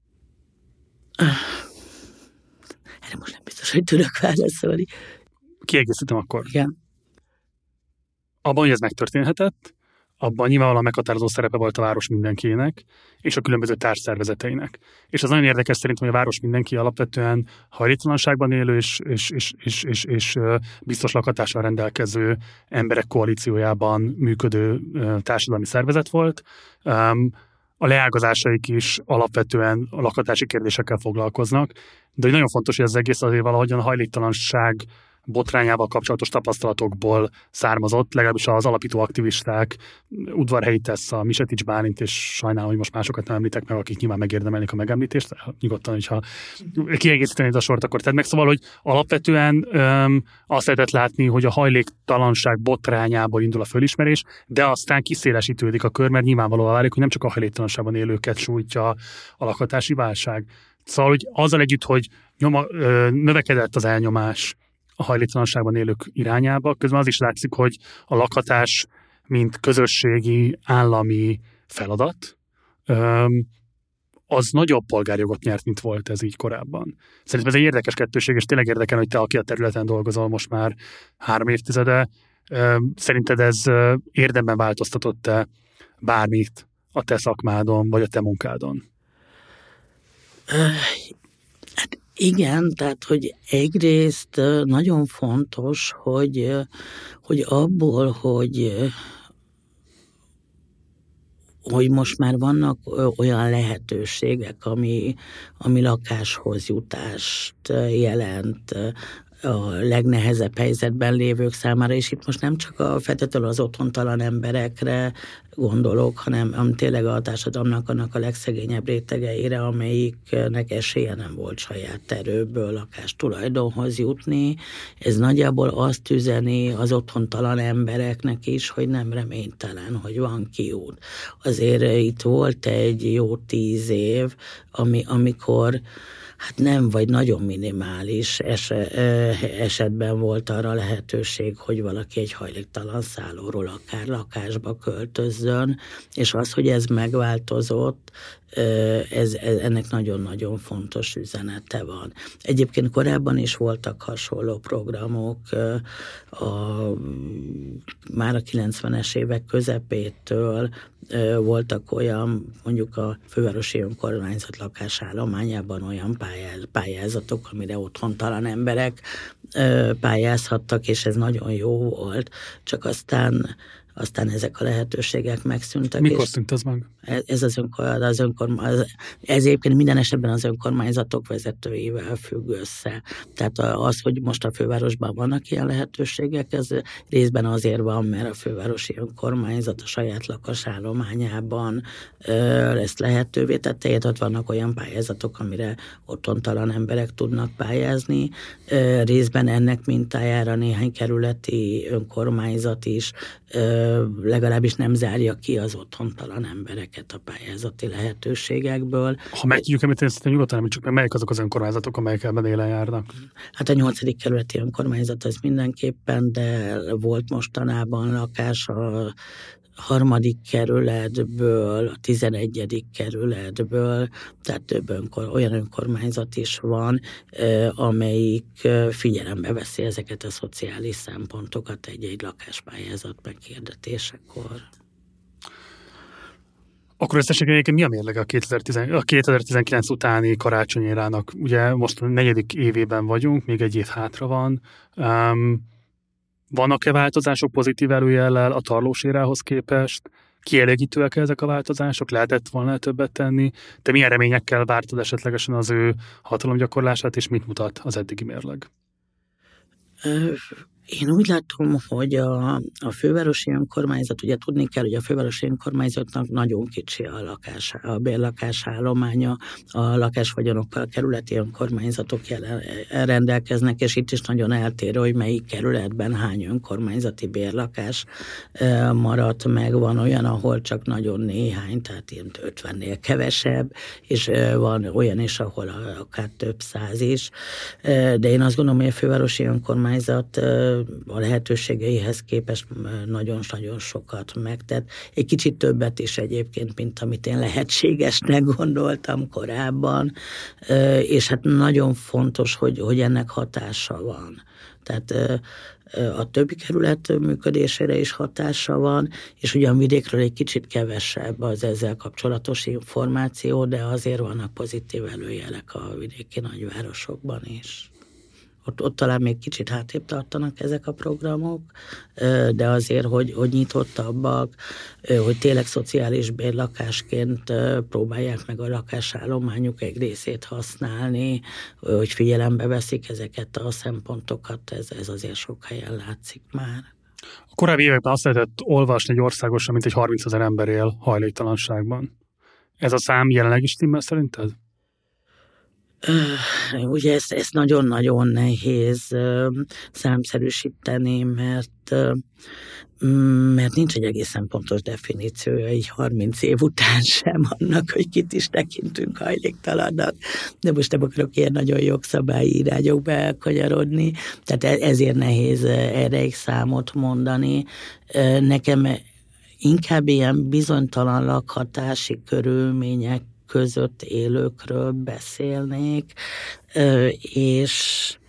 Erre most nem biztos, hogy tudok válaszolni. Kiegészítem akkor. Igen. Abban, hogy ez megtörténhetett, abban nyilvánvalóan meghatározó szerepe volt a város mindenkinek, és a különböző társszervezeteinek. És az nagyon érdekes szerintem, hogy a város mindenki alapvetően hajléktalanságban élő és biztos lakhatással rendelkező emberek koalíciójában működő társadalmi szervezet volt. A leágazásaik is alapvetően a lakhatási kérdésekkel foglalkoznak, de nagyon fontos, hogy ez egész azért valahogyan a hajléktalanság botrányával kapcsolatos tapasztalatokból származott, legalábbis az alapító aktivisták, Udvarhelyi Tessa, Misetics Bálint, és sajnálom, hogy most másokat nem említek meg, akik nyilván megérdemelnék a megemlítést, nyugodtan, hogyha kiegészítenéd a sort, akkor tedd meg. Szóval, hogy alapvetően azt lehetett látni, hogy a hajléktalanság botrányából indul a fölismerés, de aztán kiszélesítődik a kör, mert nyilvánvalóan válik, hogy nem csak a hajléktalanságban élőket sújtja a lakhatási válság. Szóval, hogy azzal együtt, hogy növekedett az elnyomás a hajléktalanságban élők irányába, közben az is látszik, hogy a lakhatás, mint közösségi, állami feladat, az nagyobb polgárjogot nyert, mint volt ez így korábban. Szerintem ez egy érdekes kettőség, és tényleg érdekel, hogy te, aki a területen dolgozol most már 3 évtizede, szerinted ez érdemben változtatott-e bármit a te szakmádon, vagy a te munkádon? Igen, tehát, hogy egyrészt nagyon fontos, hogy abból, hogy most már vannak olyan lehetőségek, ami lakáshoz jutást jelent a legnehezebb helyzetben lévők számára, és itt most nem csak feltétlenül az otthontalan emberekre gondolok, hanem tényleg a társadalomnak annak a legszegényebb rétegeire, amelyiknek esélye nem volt saját erőből lakástulajdonhoz jutni. Ez nagyjából azt üzeni az otthontalan embereknek is, hogy nem reménytelen, hogy van kiút. Azért itt volt egy jó 10 év, amikor hát nem, vagy nagyon minimális esetben volt arra lehetőség, hogy valaki egy hajléktalan szállóról akár lakásba költözzön, és az, hogy ez megváltozott, ennek nagyon-nagyon fontos üzenete van. Egyébként korábban is voltak hasonló programok, már a 90-es évek közepétől voltak olyan, mondjuk a fővárosi önkormányzat lakásállományában olyan pályázatok, amire otthontalan emberek pályázhattak, és ez nagyon jó volt, csak aztán ezek a lehetőségek megszűntek. Mikor szűnt az meg? Ez ez egyébként minden esetben az önkormányzatok vezetőivel függ össze. Tehát az, hogy most a fővárosban vannak ilyen lehetőségek, ez részben azért van, mert a fővárosi önkormányzat a saját lakásállományában ezt lehetővé tette, ott vannak olyan pályázatok, amire otthontalan emberek tudnak pályázni. Részben ennek mintájára néhány kerületi önkormányzat is legalábbis nem zárja ki az otthontalan embereket a pályázati lehetőségekből. Ha meg tudjuk említeni, szerintem nyugodtan említsük meg, melyek azok az önkormányzatok, amelyek ebben élen járnak? Hát a 8. kerületi önkormányzat az mindenképpen, de volt mostanában lakás harmadik kerületből, a 11. kerületből, tehát több olyan önkormányzat is van, amelyik figyelembe veszi ezeket a szociális szempontokat egy-egy lakáspályázat meghirdetésekor. Akkor összességében mi a mérlege a 2019 utáni karácsonyi érának? Ugye most a 4. évében vagyunk, még egy év hátra van. Vannak-e változások pozitív előjellel a tarlós érához képest? Kielégítőek ezek a változások? Lehetett volna többet tenni? Te milyen reményekkel vártad esetlegesen az ő hatalomgyakorlását, és mit mutat az eddigi mérleg? Én úgy látom, hogy a fővárosi önkormányzat, ugye tudni kell, hogy a fővárosi önkormányzatnak nagyon kicsi a bérlakásállománya, a lakásvagyonokkal a kerületi önkormányzatok rendelkeznek, és itt is nagyon eltérő, hogy melyik kerületben hány önkormányzati bérlakás maradt meg. Van olyan, ahol csak nagyon néhány, tehát ilyen 50-nél kevesebb, és van olyan is, ahol akár több száz is. De én azt gondolom, hogy a fővárosi önkormányzat a lehetőségeihez képest nagyon-nagyon sokat megtett. Egy kicsit többet is egyébként, mint amit én lehetségesnek gondoltam korábban, és hát nagyon fontos, hogy ennek hatása van. Tehát a többi kerület működésére is hatása van, és ugyan vidékről egy kicsit kevesebb az ezzel kapcsolatos információ, de azért vannak pozitív előjelek a vidéki nagyvárosokban is. Ott talán még kicsit hátrébb tartanak ezek a programok, de azért, hogy nyitottabbak, hogy tényleg szociális bérlakásként próbálják meg a lakásállományuk egy részét használni, hogy figyelembe veszik ezeket a szempontokat, ez azért sok helyen látszik már. A korábbi években azt lehetett olvasni, hogy országosan mintegy 30 000 ember él hajléktalanságban. Ez a szám jelenleg is stimmel szerinted? Ugye ezt nagyon-nagyon nehéz számszerűsíteni, mert nincs egy egészen pontos definíciója így 30 év után sem annak, hogy kit is tekintünk hajléktalannak. De most nem akarok ilyen nagyon jogszabályi irányokba elkanyarodni, tehát ezért nehéz erre egy számot mondani. Nekem inkább ilyen bizonytalan lakhatási körülmények között élőkről beszélnék, és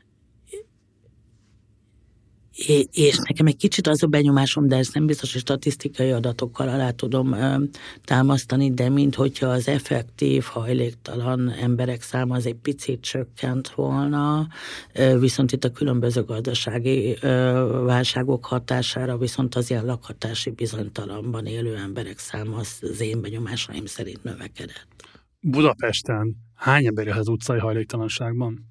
nekem egy kicsit az a benyomásom, de ezt nem biztos, hogy statisztikai adatokkal alá tudom támasztani, de minthogyha az effektív hajléktalan emberek száma az egy picit csökkent volna, viszont itt a különböző gazdasági válságok hatására viszont az ilyen lakhatási bizonytalanban élő emberek száma az én benyomásaim szerint növekedett. Budapesten hány ember él az utcai hajléktalanságban?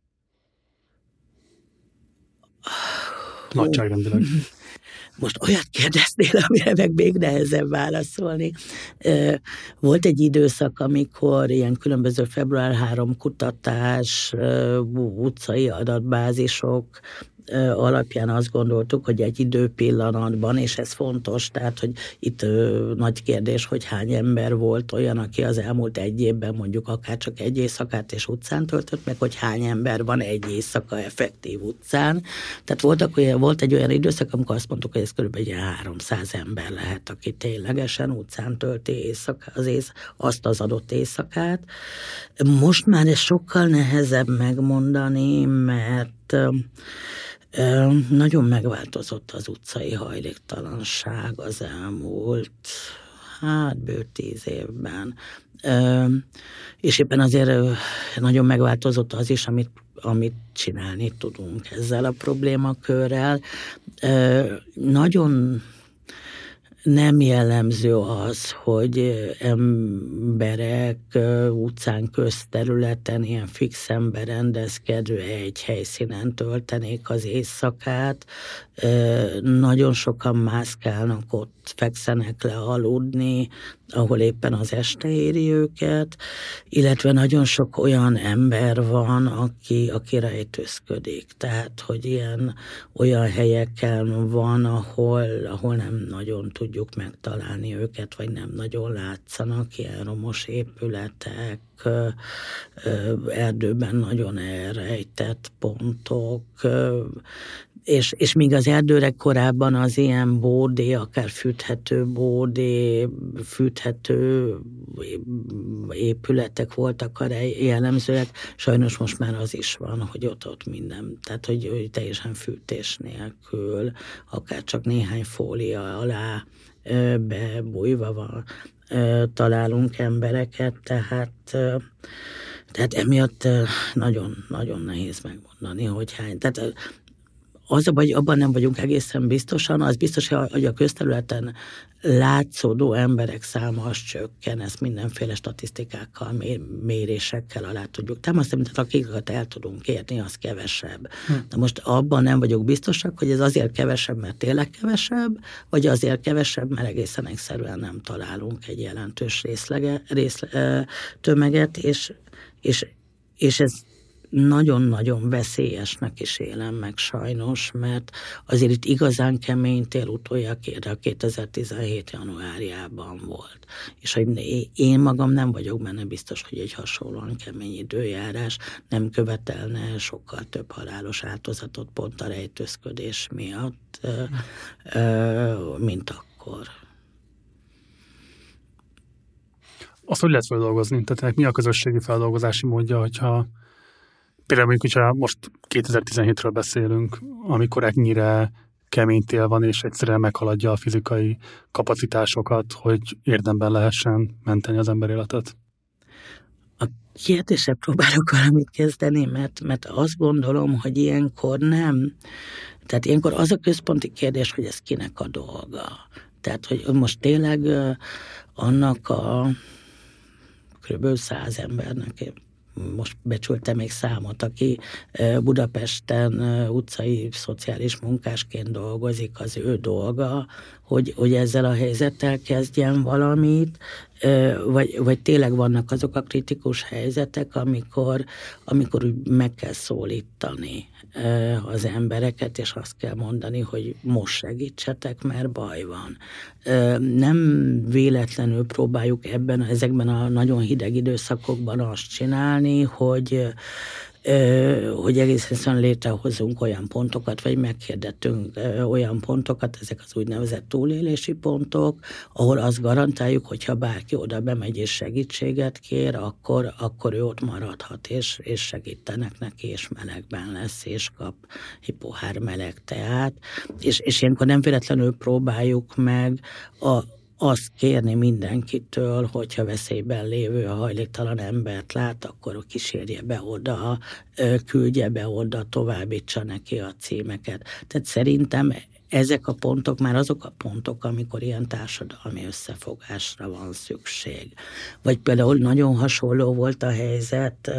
Nagyságrendileg. Most olyat kérdeztél, amire meg még nehezebb válaszolni. Volt egy időszak, amikor ilyen különböző február 3 kutatás, utcai adatbázisok alapján azt gondoltuk, hogy egy időpillanatban, és ez fontos, tehát, hogy itt nagy kérdés, hogy hány ember volt olyan, aki az elmúlt egy évben mondjuk akár csak egy éjszakát és utcán töltött, meg hogy hány ember van egy éjszaka effektív utcán. Tehát volt egy olyan időszak, amikor azt mondtuk, hogy ez körülbelül 300 ember lehet, aki ténylegesen utcán tölti azt az adott éjszakát. Most már ez sokkal nehezebb megmondani, mert nagyon megváltozott az utcai hajléktalanság az elmúlt, bő 10 évben. És éppen azért nagyon megváltozott az is, amit csinálni tudunk ezzel a problémakörrel. Nagyon nem jellemző az, hogy emberek utcán, közterületen ilyen fixen berendezkedő egy helyszínen töltenék az éjszakát. Nagyon sokan mászkálnak ott, fekszenek le aludni, ahol éppen az este éri őket, illetve nagyon sok olyan ember van, aki rejtőzködik. Tehát, hogy olyan helyeken van, ahol nem nagyon tudjuk megtalálni őket, vagy nem nagyon látszanak, ilyen romos épületek, erdőben nagyon elrejtett pontok, És míg az erdőre korábban az ilyen bódé, akár fűthető bódé, fűthető épületek voltak a jellemzőek, sajnos most már az is van, hogy ott minden, tehát hogy teljesen fűtés nélkül, akár csak néhány fólia alá bebújva van, találunk embereket, tehát emiatt nagyon nehéz megmondani, hogy hány. Tehát vagy abban nem vagyunk egészen biztosan, az biztos, hogy a közterületen látszódó emberek száma az csökken, ezt mindenféle statisztikákkal, mérésekkel alá tudjuk támasztani, tehát akiket el tudunk érni, az kevesebb. De most abban nem vagyok biztosak, hogy ez azért kevesebb, mert tényleg kevesebb, vagy azért kevesebb, mert egészen egyszerűen nem találunk egy jelentős tömeget, és ez nagyon-nagyon veszélyesnek is élem meg sajnos, mert azért itt igazán kemény tél utoljára 2017. januárjában volt. És hogy én magam nem vagyok benne biztos, hogy egy hasonlóan kemény időjárás nem követelne sokkal több halálos áldozatot pont a rejtőzködés miatt, mint akkor. Azt hogy lehet feldolgozni? Tehát mi a közösségi feldolgozási módja, hogyha például mondjuk, hogyha most 2017-ről beszélünk, amikor ennyire kemény tél van, és egyszerűen meghaladja a fizikai kapacitásokat, hogy érdemben lehessen menteni az ember életet? A kérdésre próbálok valamit kezdeni, mert azt gondolom, hogy ilyenkor nem. Tehát ilyenkor az a központi kérdés, hogy ez kinek a dolga. Tehát, hogy most tényleg annak a kb. 100 embernek, most becsültem még számot, aki Budapesten utcai szociális munkásként dolgozik, az ő dolga, hogy ezzel a helyzettel kezdjen valamit, vagy tényleg vannak azok a kritikus helyzetek, amikor úgy meg kell szólítani az embereket, és azt kell mondani, hogy most segítsetek, mert baj van. Nem véletlenül próbáljuk ezekben a nagyon hideg időszakokban azt csinálni, hogy egész egyszerűen létrehozunk olyan pontokat, vagy meghirdettünk olyan pontokat, ezek az úgynevezett túlélési pontok, ahol azt garantáljuk, hogyha bárki oda bemegy és segítséget kér, akkor ő ott maradhat, és segítenek neki, és melegben lesz, és kap egy pohár meleg teát, és ilyenkor nem véletlenül próbáljuk meg azt kérni mindenkitől, hogyha veszélyben lévő a hajléktalan embert lát, akkor kísérje be oda, küldje be oda, továbbítsa neki a címeket. Tehát szerintem ezek a pontok már azok a pontok, amikor ilyen társadalmi összefogásra van szükség. Vagy például nagyon hasonló volt a helyzet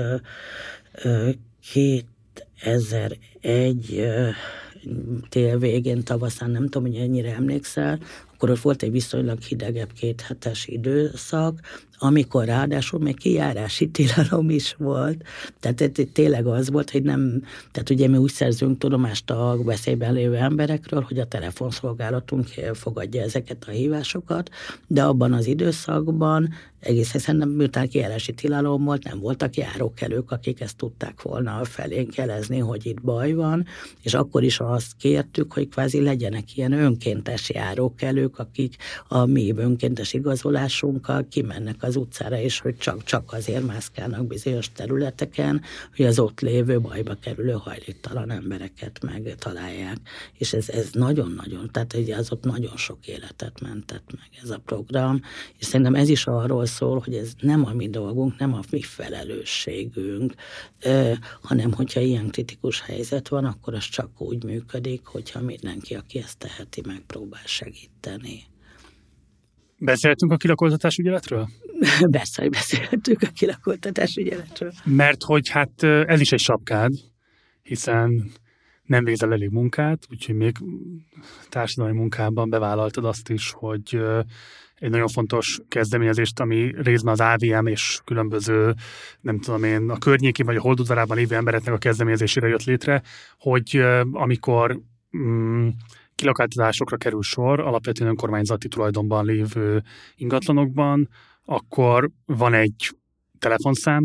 2001 tél végén, tavaszán, nem tudom, hogy ennyire emlékszel, akkor ott volt egy viszonylag hidegebb 2 hetes időszak, amikor ráadásul még kijárási tilalom is volt. Tehát tényleg az volt, hogy nem, tehát ugye mi úgy szerzünk tudomást a veszélyben lévő emberekről, hogy a telefonszolgálatunk fogadja ezeket a hívásokat, de abban az időszakban egész egyszerűen miután kijárási tilalom volt, nem voltak járókelők, akik ezt tudták volna felénk jelezni, hogy itt baj van, és akkor is azt kértük, hogy kvázi legyenek ilyen önkéntes járókelők, akik a mi önkéntes igazolásunkkal kimennek az utcára, és hogy csak azért mászkálnak bizonyos területeken, hogy az ott lévő bajba kerülő hajléktalan embereket megtalálják. És ez nagyon-nagyon, tehát ugye az ott nagyon sok életet mentett meg ez a program, és szerintem ez is arról szól, hogy ez nem a mi dolgunk, nem a mi felelősségünk, hanem hogyha ilyen kritikus helyzet van, akkor az csak úgy működik, hogyha mindenki, aki ezt teheti, megpróbál segíteni. Beszéltünk a kilakoltatás ügyeletről? Persze, hogy beszéltünk a kilakoltatás ügyeletről. Mert hogy hát ez is egy sapkád, hiszen nem végzel elég munkát, úgyhogy még társadalmi munkában bevállaltad azt is, hogy egy nagyon fontos kezdeményezést, ami részben az AVM és különböző, nem tudom én, a környéki vagy a Holdudvarában lévő embereknek a kezdeményezésére jött létre, hogy amikor kilakáltatásokra kerül sor, alapvetően önkormányzati tulajdonban lévő ingatlanokban, akkor van egy telefonszám,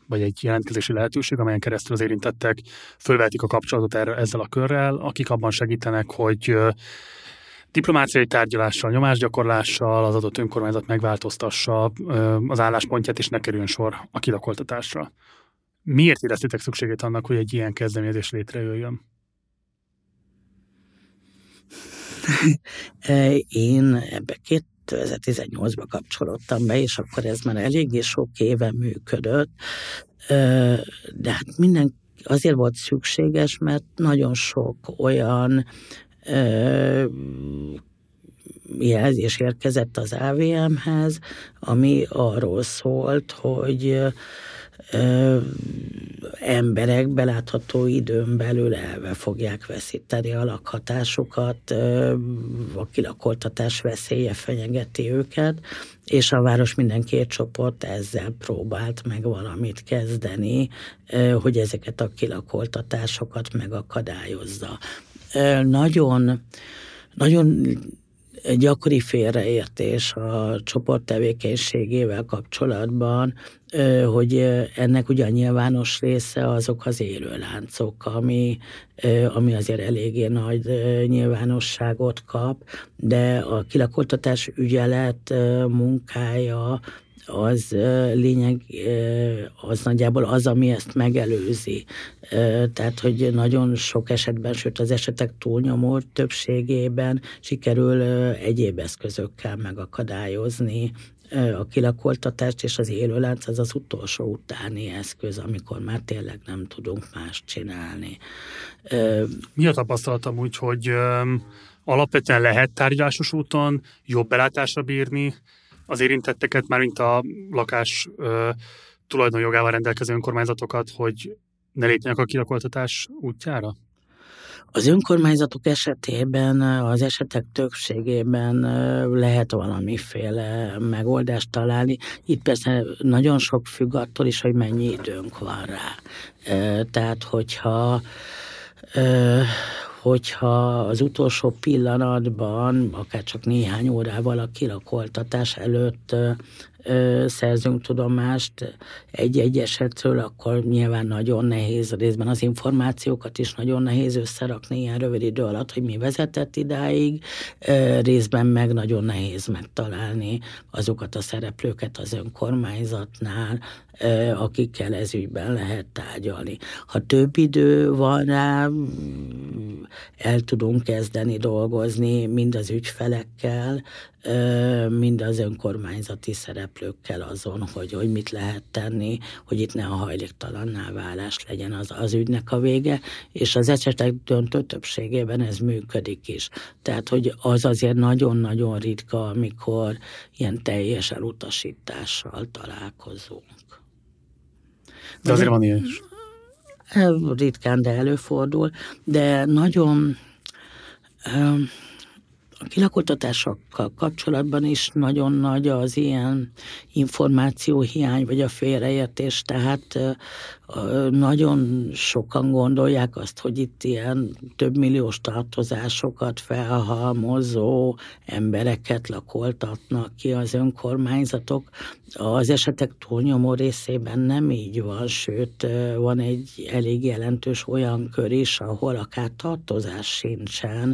vagy egy jelentkezési lehetőség, amelyen keresztül az érintettek fölvetik a kapcsolatot ezzel a körrel, akik abban segítenek, hogy diplomáciai tárgyalással, nyomásgyakorlással az adott önkormányzat megváltoztassa az álláspontját, és ne kerüljön sor a kilakoltatásra. Miért éreztétek szükségét annak, hogy egy ilyen kezdeményezés létrejöjjön? Én ebbe 2018-ban kapcsolódtam be, és akkor ez már eléggé sok éve működött, de hát azért volt szükséges, mert nagyon sok olyan jelzés érkezett az AVM-hez, ami arról szólt, hogy emberek belátható időn belül elve fogják veszíteni a lakhatásukat, a kilakoltatás veszélye fenyegeti őket, és a város minden két csoport ezzel próbált meg valamit kezdeni, hogy ezeket a kilakoltatásokat megakadályozza. Nagyon gyakori félreértés a csoport tevékenységével kapcsolatban, hogy ennek ugyan nyilvános része azok az élőláncok, ami azért eléggé nagy nyilvánosságot kap, de a kilakoltatás ügyelet munkája az az nagyjából az, ami ezt megelőzi. Tehát, hogy nagyon sok esetben, sőt az esetek túlnyomó többségében sikerül egyéb eszközökkel megakadályozni a kilakoltatást, és az élőlánc az utolsó utáni eszköz, amikor már tényleg nem tudunk mást csinálni. Mi a tapasztalatom úgy, hogy alapvetően lehet tárgyalásos úton jobb belátásra bírni az érintetteket, mármint a lakás tulajdonjogával rendelkező önkormányzatokat, hogy ne lépjenek a kilakoltatás útjára? Az önkormányzatok esetében, az esetek többségében lehet valamiféle megoldást találni. Itt persze nagyon sok függ attól is, hogy mennyi időnk van rá. Tehát, hogyha az utolsó pillanatban, akár csak néhány órával a kilakoltatás előtt szerzünk tudomást egy-egy esetről, akkor nyilván nagyon nehéz, részben az információkat is nagyon nehéz összerakni ilyen rövid idő alatt, hogy mi vezetett idáig, részben meg nagyon nehéz megtalálni azokat a szereplőket az önkormányzatnál, akikkel ez ügyben lehet tárgyalni. Ha több idő van rá, el tudunk kezdeni dolgozni mind az ügyfelekkel, mind az önkormányzati szereplőkkel azon, hogy mit lehet tenni, hogy itt ne a hajléktalanná válás legyen az ügynek a vége, és az esetek döntő többségében ez működik is. Tehát, hogy az azért nagyon-nagyon ritka, amikor ilyen teljes elutasítással találkozunk. De azért van ilyen is. Ritkán, de előfordul, de nagyon a kilakoltatásokkal kapcsolatban is nagyon nagy az ilyen információhiány, vagy a félreértés, tehát nagyon sokan gondolják azt, hogy itt ilyen több milliós tartozásokat felhalmozó embereket lakoltatnak ki az önkormányzatok. Az esetek túlnyomó részében nem így van, sőt, van egy elég jelentős olyan kör is, ahol akár tartozás sincsen,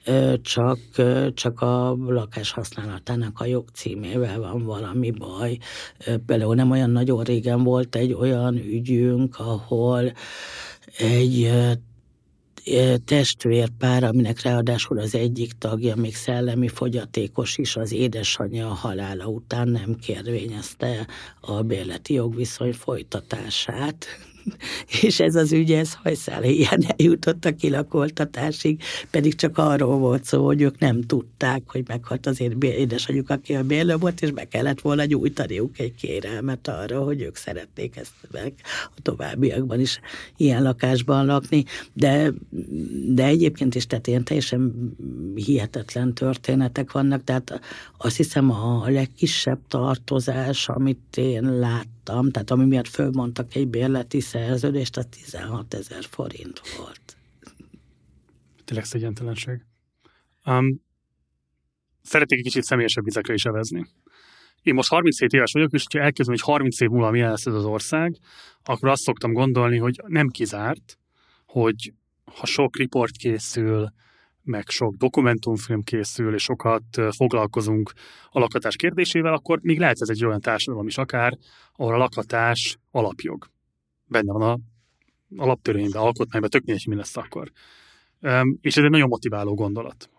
csak a lakás használatának a jogcímével van valami baj. Például nem olyan nagyon régen volt egy olyan ügyünk, ahol egy testvérpár, aminek ráadásul az egyik tagja még szellemi fogyatékos is, az édesanyja a halála után nem kérvényezte a bérleti jogviszony folytatását. És ez az ügy, ez hajszálhéján eljutott a kilakoltatásig, pedig csak arról volt szó, hogy ők nem tudták, hogy meghalt az édesanyjuk, aki a bérlő volt, és be kellett volna nyújtaniuk egy kérelmet arra, hogy ők szeretnék ezt meg a továbbiakban is ilyen lakásban lakni, de egyébként is, tehát ilyen teljesen hihetetlen történetek vannak, tehát azt hiszem a legkisebb tartozás, amit én láttam, tehát ami miatt fölmondtak egy bérleti szerződést, az 16 000 forint volt. Tényleg szégyentelenség. Szeretnék egy kicsit személyesebb vizekre is evezni. Én most 37 éves vagyok, és ha elkezdem, hogy 30 év múlva milyen lesz ez az ország, akkor azt szoktam gondolni, hogy nem kizárt, hogy ha sok riport készül, meg sok dokumentumfilm készül, és sokat foglalkozunk a lakhatás kérdésével, akkor még lehet ez egy olyan társadalom is akár, ahol a lakhatás alapjog. Benne van a alaptörvényben, alkotmányban, tök mindegy, mi lesz akkor. És ez egy nagyon motiváló gondolat.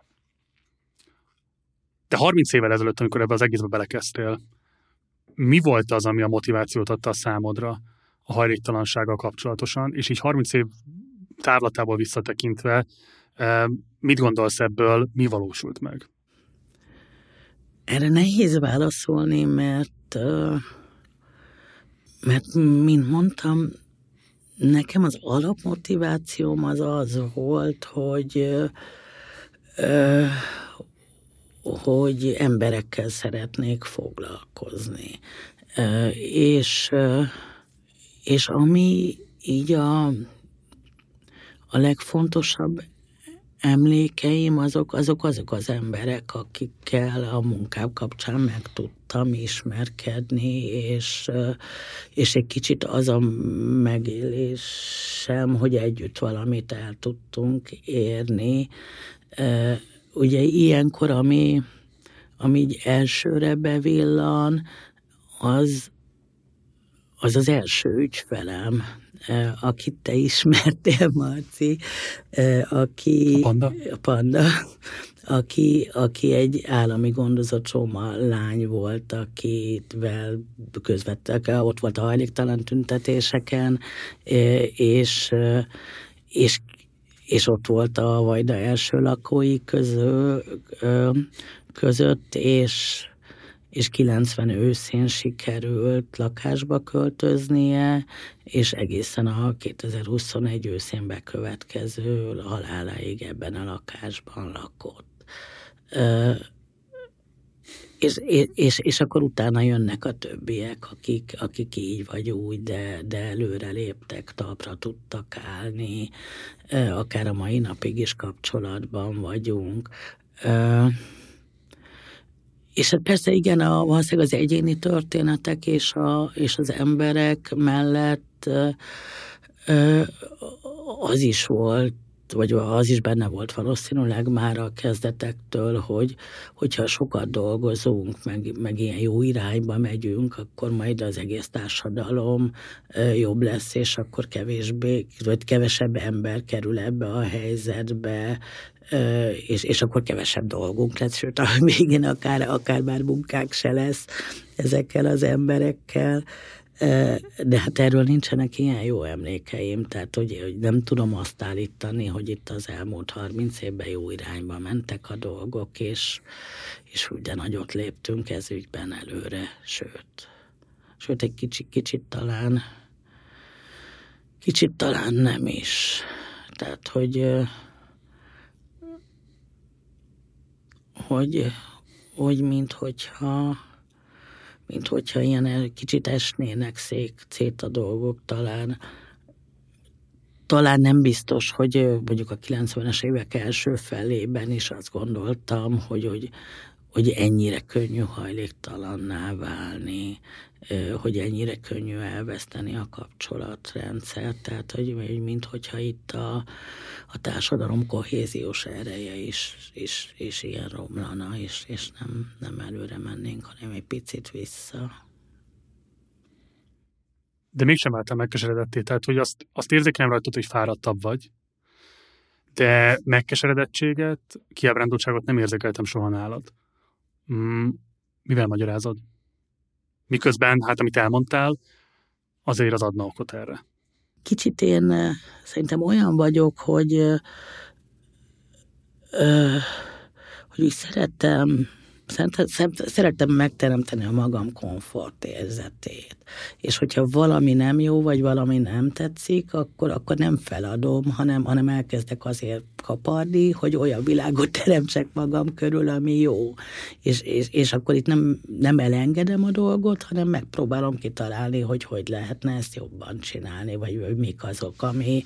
Te 30 évvel ezelőtt, amikor ebbe az egészbe belekezdtél, mi volt az, ami a motivációt adta a számodra a hajléktalansággal kapcsolatosan, és így 30 év távlatából visszatekintve, mit gondolsz ebből, mi valósult meg? Erre nehéz válaszolni, mert mint mondtam, nekem az alapmotivációm az volt, hogy emberekkel szeretnék foglalkozni. És ami így a legfontosabb emlékeim azok az emberek, akikkel a munkám kapcsán meg tudtam ismerkedni, és egy kicsit az a megélésem, hogy együtt valamit el tudtunk érni. Ugye ilyenkor, ami így elsőre bevillan, az első ügyfelem, akit te ismertél, Marci, aki a Panda, aki egy állami gondozott roma lány volt, akivel közvettek, ott volt a hajléktalan tüntetéseken, és ott volt a Vajda első lakói között, és 90 őszén sikerült lakásba költöznie, és egészen a 2021 őszén bekövetkező haláláig ebben a lakásban lakott. És akkor utána jönnek a többiek, akik így vagy úgy, de előre léptek, talpra tudtak állni, akár a mai napig is kapcsolatban vagyunk. És hát persze igen, valószínűleg az egyéni történetek és az emberek mellett az is volt, vagy az is benne volt valószínűleg már a kezdetektől, hogyha sokat dolgozunk, meg ilyen jó irányba megyünk, akkor majd az egész társadalom jobb lesz, és akkor kevesebb ember kerül ebbe a helyzetbe, és akkor kevesebb dolgunk lesz, sőt a végén akár már munkánk se lesz ezekkel az emberekkel. De hát erről nincsenek ilyen jó emlékeim, tehát hogy nem tudom azt állítani, hogy itt az elmúlt 30 évben jó irányba mentek a dolgok, és ugye nagyot léptünk ez ügyben előre, sőt egy kicsit talán nem is. Tehát, hogy minthogyha ilyen kicsit esnének szét a dolgok, talán nem biztos, hogy mondjuk a 90-es évek első felében is azt gondoltam, hogy ennyire könnyű hajléktalanná válni, hogy ennyire könnyű elveszteni a kapcsolatrendszert, tehát hogy minthogyha itt a társadalom kohéziós ereje is ilyen romlana, és nem előre mennénk, hanem egy picit vissza. De mégsem váltál megkeseredetté, tehát hogy azt érzékelem rajtad, hogy fáradtabb vagy, de megkeseredettséget, kiábrándultságot nem érzékeltem soha nálad. Mivel magyarázod? Miközben, hát amit elmondtál, azért az adna okot erre. Kicsit én szerintem olyan vagyok, hogy szerettem megteremteni a magam komfortérzetét. És hogyha valami nem jó, vagy valami nem tetszik, akkor nem feladom, hanem elkezdek azért kaparni, hogy olyan világot teremtsek magam körül, ami jó. És akkor itt nem elengedem a dolgot, hanem megpróbálom kitalálni, hogy lehetne ezt jobban csinálni, vagy mik azok,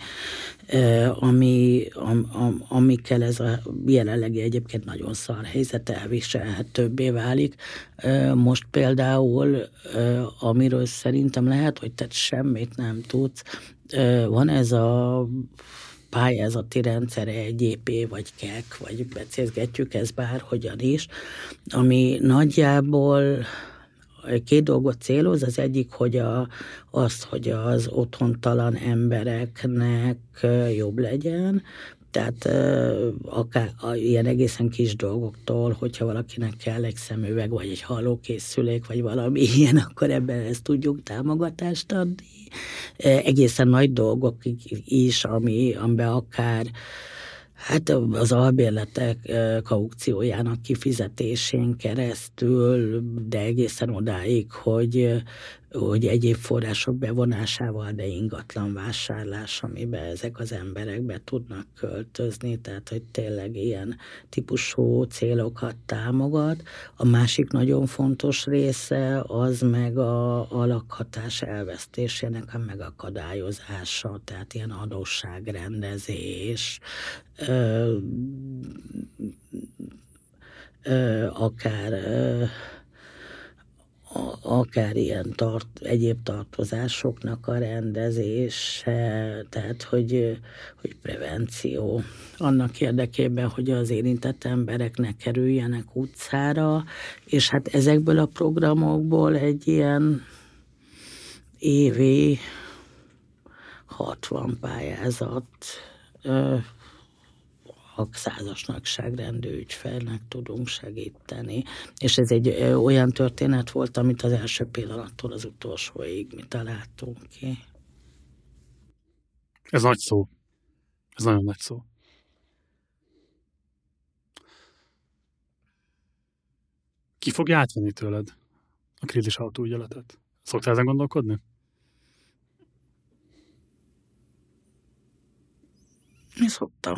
amikkel ez a jelenlegi egyébként nagyon szar helyzet elviselhetőbbé válik. Most például, amiről szerintem lehet, hogy te semmit nem tudsz, van ez a pályázati rendszere, egy EP vagy KEK, vagy becézgetjük ezt bárhogyan is, ami nagyjából két dolgot céloz, az egyik, hogy hogy az otthontalan embereknek jobb legyen, tehát akár ilyen egészen kis dolgoktól, hogyha valakinek kell egy szemüveg, vagy egy hallókészülék, vagy valami ilyen, akkor ebben ezt tudjuk támogatást adni. Egészen nagy dolgok is, amiben akár hát az albérletek kaukciójának kifizetésén keresztül, de egészen odáig, hogy egyéb források bevonásával, de ingatlan vásárlás, amiben ezek az emberek be tudnak költözni, tehát hogy tényleg ilyen típusú célokat támogat. A másik nagyon fontos része az meg a lakhatás elvesztésének a megakadályozása, tehát ilyen adósságrendezés, akár ilyen egyéb tartozásoknak a rendezése, tehát hogy prevenció annak érdekében, hogy az érintett emberek ne kerüljenek utcára, és hát ezekből a programokból egy ilyen évi 60 pályázat a 100-as nagyságrendű ügyfelnek tudunk segíteni. És ez egy olyan történet volt, amit az első pillanattól az utolsóig mi találtunk ki. Ez nagy szó. Ez nagyon nagy szó. Ki fogja átvenni tőled a krízis autóügyeletet? Szoktál ezen gondolkodni? Mi szoktam.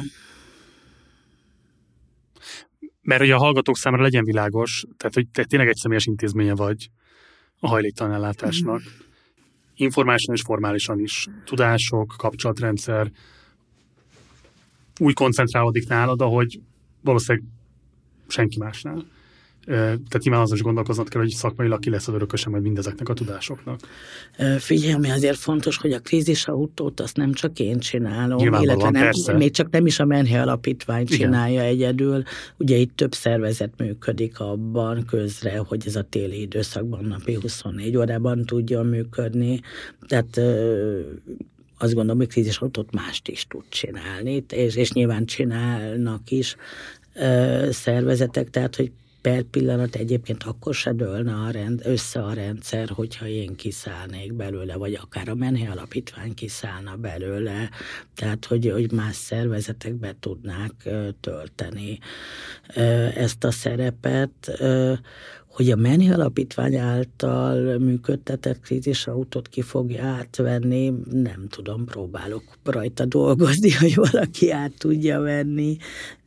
Mert hogy a hallgatók számára legyen világos, tehát hogy te tényleg egy személyes intézménye vagy a hajléktalan ellátásnak. Informálisan és formálisan is. Tudások, kapcsolatrendszer úgy koncentrálódik nálad, ahogy valószínűleg senki másnál. Tehát nyilván azon is gondolkoznod kell, hogy szakmailag ki lesz az örököse majd mindezeknek a tudásoknak. Figyelj, ami azért fontos, hogy a krízisautót azt nem csak én csinálom, illetve még csak nem is a Menhe Alapítvány csinálja egyedül. Ugye itt több szervezet működik abban közre, hogy ez a téli időszakban napi 24 órában tudjon működni. Tehát azt gondolom, hogy krízisautót mást is tud csinálni, és nyilván csinálnak is szervezetek, tehát hogy per pillanat egyébként akkor se dőlne össze a rendszer, hogyha én kiszállnék belőle, vagy akár a Menhe Alapítvány kiszállna belőle, tehát hogy más szervezetek be tudnák tölteni ezt a szerepet, hogy a Menhe Alapítvány által működtetett krízisautót ki fogja átvenni, nem tudom, próbálok rajta dolgozni, hogy valaki át tudja venni.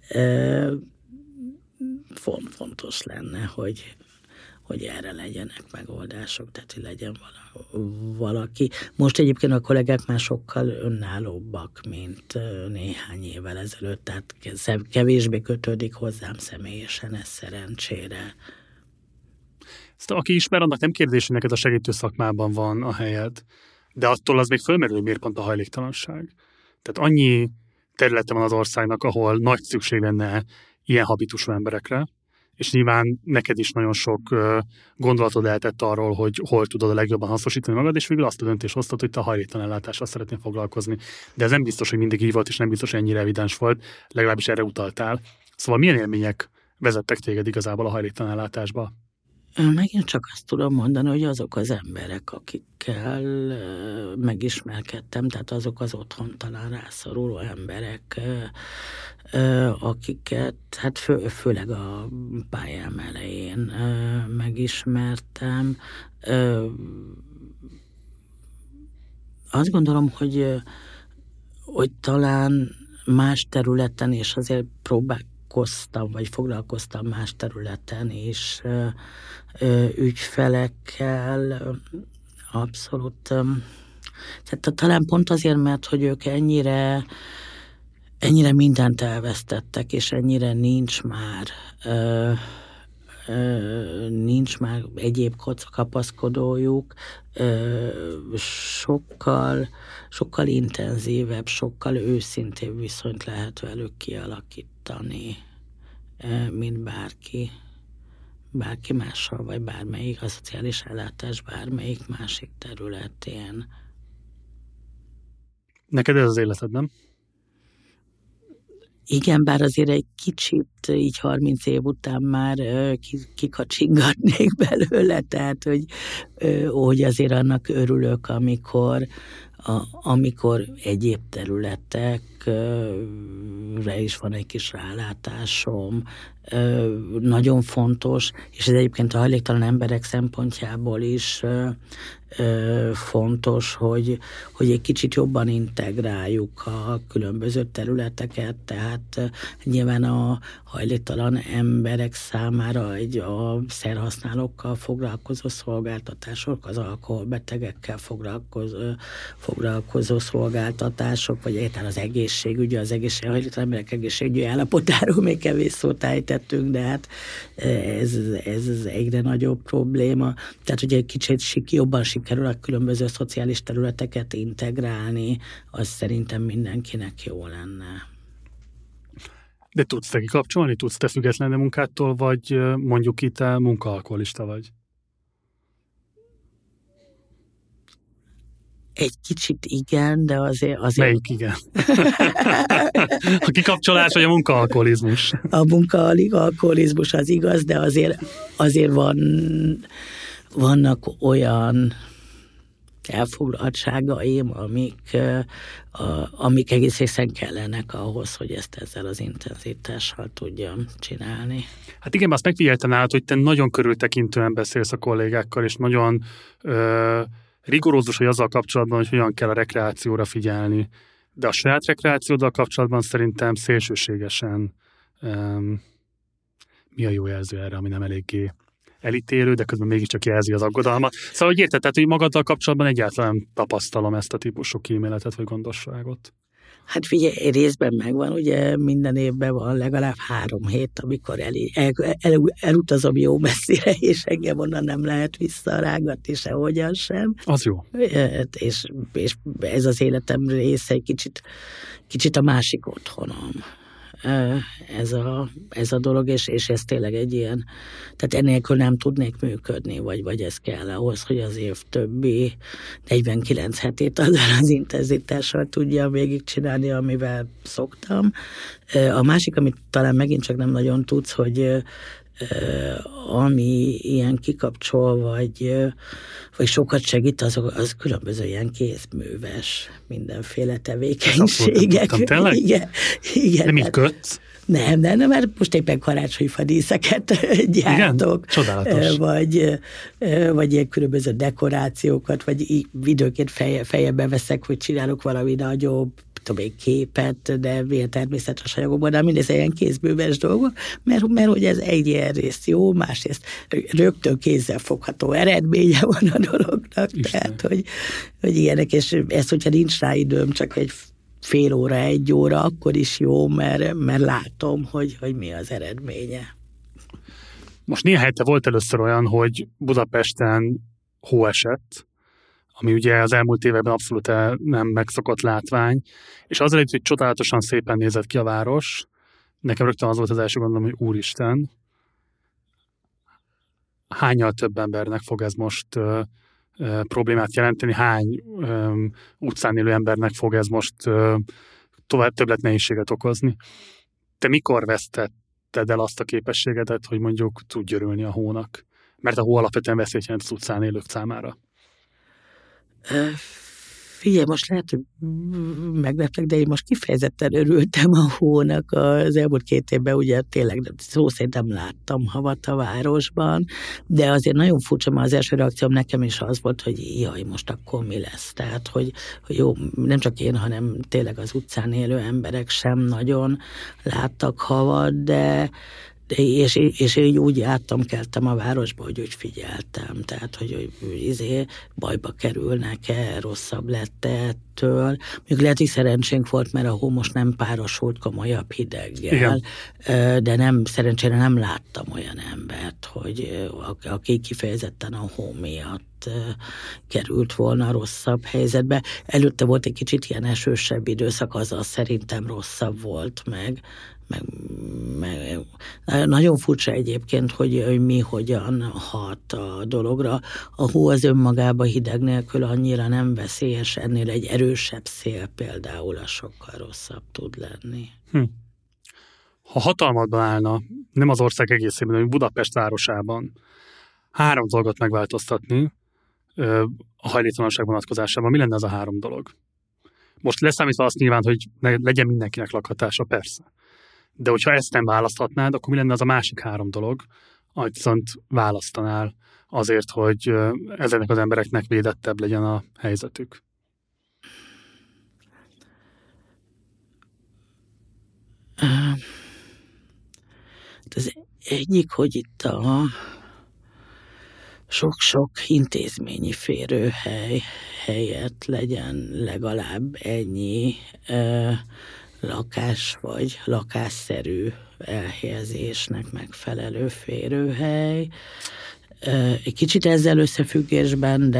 Fontos lenne, hogy erre legyenek megoldások, tehát hogy legyen valaki. Most egyébként a kollégák már sokkal önállóbbak, mint néhány évvel ezelőtt, tehát kevésbé kötődik hozzám személyesen, ez szerencsére. Ezt aki ismer, annak nem kérdés, hogy neked a segítő szakmában van a helyed, de attól az még fölmerül, hogy miért pont a hajléktalanság. Tehát annyi területe van az országnak, ahol nagy szükség lenne ilyen habitusú emberekre, és nyilván neked is nagyon sok gondolatod lehetett arról, hogy hol tudod a legjobban hasznosítani magad, és végül azt a döntést hoztad, hogy te a hajléktalan ellátással szeretnél foglalkozni. De ez nem biztos, hogy mindig így volt, és nem biztos, hogy ennyire evidens volt, legalábbis erre utaltál. Szóval milyen élmények vezettek téged igazából a hajléktalan ellátásba? Megint csak azt tudom mondani, hogy azok az emberek, akikkel megismerkedtem, tehát azok az otthontalan rászoruló emberek, akiket hát főleg a pályám elején megismertem, Azt gondolom, hogy talán más területen, és azért próbálkoztam, vagy foglalkoztam más területen is ügyfelekkel, abszolút. Tehát talán pont azért, mert hogy ők ennyire mindent elvesztettek, és ennyire nincs már egyéb kapaszkodójuk, sokkal intenzívebb, sokkal őszintébb viszonyt lehet velük kialakítani, mint bárki mással, vagy bármelyik a szociális ellátás bármelyik másik területén. Neked ez az életed, nem? Igen, bár azért egy kicsit így 30 év után már kikacsingatnék belőle, tehát hogy azért annak örülök, amikor egyéb területekre is van egy kis rálátásom. Nagyon fontos, és ez egyébként a hajléktalan emberek szempontjából is fontos, hogy egy kicsit jobban integráljuk a különböző területeket, tehát nyilván a hajléktalan emberek számára a szerhasználókkal foglalkozó szolgáltatások, az alkoholbetegekkel foglalkozó szolgáltatások, vagy egyáltalán az egészségügy, a hajléktalan emberek egészségügyi állapotáról még kevés szót ejtettünk, de hát ez egyre nagyobb probléma. Tehát, hogy egy kicsit jobban sikerül a különböző szociális területeket integrálni, az szerintem mindenkinek jó lenne. De tudsz te kikapcsolni? Tudsz te független a munkától, vagy mondjuk itt te munkaalkoholista vagy? Egy kicsit igen, de azért... Melyik igen? A kikapcsolás vagy a munkaalkoholizmus? A munkaalkoholizmus az igaz, de azért vannak olyan elfoglaltságaim, amik egészen kellenek ahhoz, hogy ezt ezzel az intenzitással tudjam csinálni. Hát igen, azt megfigyeltem nálad, hogy te nagyon körültekintően beszélsz a kollégákkal, és nagyon rigorózus, hogy azzal kapcsolatban, hogy hogyan kell a rekreációra figyelni. De a saját rekreációddal kapcsolatban szerintem szélsőségesen mi a jó jelző erre, ami nem eléggé elítélő, de közben mégiscsak jelzi az aggodalmat. Szóval, hogy érted, tehát, hogy magaddal kapcsolatban egyáltalán tapasztalom ezt a típusú kíméletet vagy gondosságot. Hát figyelj, részben megvan, ugye minden évben van legalább 3 hét, amikor elutazom jó messzire, és engem onnan nem lehet visszarágatni sehogyan sem. Az jó. És ez az életem része egy kicsit a másik otthonom. Ez a dolog, és ez tényleg egy ilyen, tehát ennélkül nem tudnék működni, vagy ez kell ahhoz, hogy az év többi 49 hetét azzal az intenzitással tudjam végigcsinálni, amivel szoktam. A másik, amit talán megint csak nem nagyon tudsz, hogy ami ilyen kikapcsol, vagy sokat segít, az különböző ilyen kézműves mindenféle tevékenységek. Tényleg? Igen. Nem így kötsz? Nem, mert most éppen karácsonyfa díszeket gyártok. Igen? Csodálatos. Vagy ilyen különböző dekorációkat, vagy időként fejembe veszek, hogy csinálok valami nagyobb, egy képet, de természetes anyagokban, de mindez ilyen kézbőves dolgok, mert hogy ez egyrészt jó, másrészt rögtön kézzelfogható eredménye van a dolognak, tehát, hogy ilyenek, és ez, hogyha nincs rá időm, csak egy fél óra, 1 óra, akkor is jó, mert látom, hogy mi az eredménye. Most néhány hete volt először olyan, hogy Budapesten hó esett, ami ugye az elmúlt években abszolút nem megszokott látvány, és azzal együtt, hogy csodálatosan szépen nézett ki a város, nekem rögtön az volt az első gondolom, hogy úristen, hányal több embernek fog ez most problémát jelenteni, hány utcán élő embernek fog ez most tovább többlet nehézséget okozni. Te mikor vesztetted el azt a képességedet, hogy mondjuk tudj örülni a hónak? Mert a hó alapvetően veszélyt jelent az utcán élők számára. Figyelj, most lehet, hogy megleptek, de én most kifejezetten örültem a hónak. Az elmúlt 2 évben ugye tényleg szó szerint nem láttam havat a városban, de azért nagyon furcsa, mert az első reakcióm nekem is az volt, hogy jaj, most akkor mi lesz? Tehát, hogy jó, nem csak én, hanem tényleg az utcán élő emberek sem nagyon láttak havat, és én úgy keltem a városba, hogy úgy figyeltem, tehát, hogy bajba kerülnek-e, rosszabb lett ettől. Még lehet, hogy szerencsénk volt, mert a hó most nem párosult komolyabb hideggel, de szerencsére nem láttam olyan embert, aki kifejezetten a hó miatt került volna rosszabb helyzetbe. Előtte volt egy kicsit ilyen esősebb időszak, az szerintem rosszabb volt meg nagyon furcsa egyébként, hogy mi hogyan hat a dologra. A hó az önmagában hideg nélkül annyira nem veszélyes, ennél egy erősebb szél például az sokkal rosszabb tud lenni. Ha hatalmadban állna, nem az ország egészében, hanem Budapest városában 3 dolgot megváltoztatni a hajléktalanság vonatkozásában, mi lenne az a 3 dolog? Most leszámítva azt nyilván, hogy legyen mindenkinek lakhatása, persze. De hogyha ezt nem választhatnád, akkor mi lenne az a másik 3 dolog, amit viszont választanál azért, hogy ezeknek az embereknek védettebb legyen a helyzetük? Az egyik, hogy itt a sok-sok intézményi férőhely helyett legyen legalább ennyi lakás vagy lakásszerű elhelyezésnek megfelelő férőhely. Egy kicsit ezzel összefüggésben,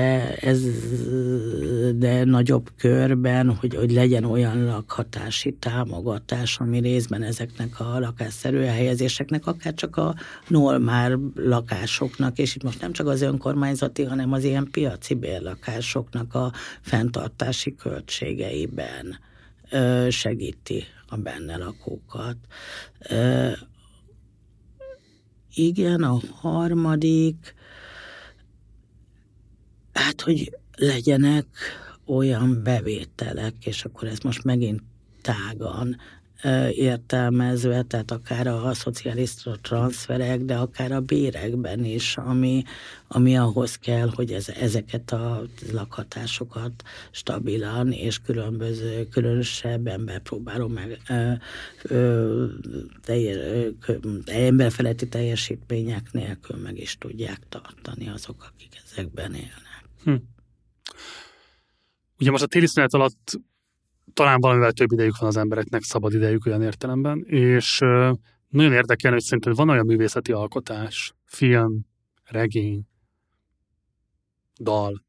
de nagyobb körben, hogy legyen olyan lakhatási támogatás, ami részben ezeknek a lakásszerű elhelyezéseknek, akár csak a normál lakásoknak, és itt most nem csak az önkormányzati, hanem az ilyen piaci bérlakásoknak a fenntartási költségeiben segíti a benne lakókat. Igen, a harmadik, hát, hogy legyenek olyan bevételek, és akkor ez most megint tágan értelmezve, tehát akár a szociális transzferek, de akár a bérekben is, ami ahhoz kell, hogy ezeket a lakhatásokat stabilan és különösebb emberpróbáló meg emberfeletti teljesítmények nélkül meg is tudják tartani azok, akik ezekben élnek. Ugye most a téli szünet alatt talán valamivel több idejük van az embereknek, szabad idejük olyan értelemben, és nagyon érdekel, hogy szerintem van olyan művészeti alkotás, film, regény, dal,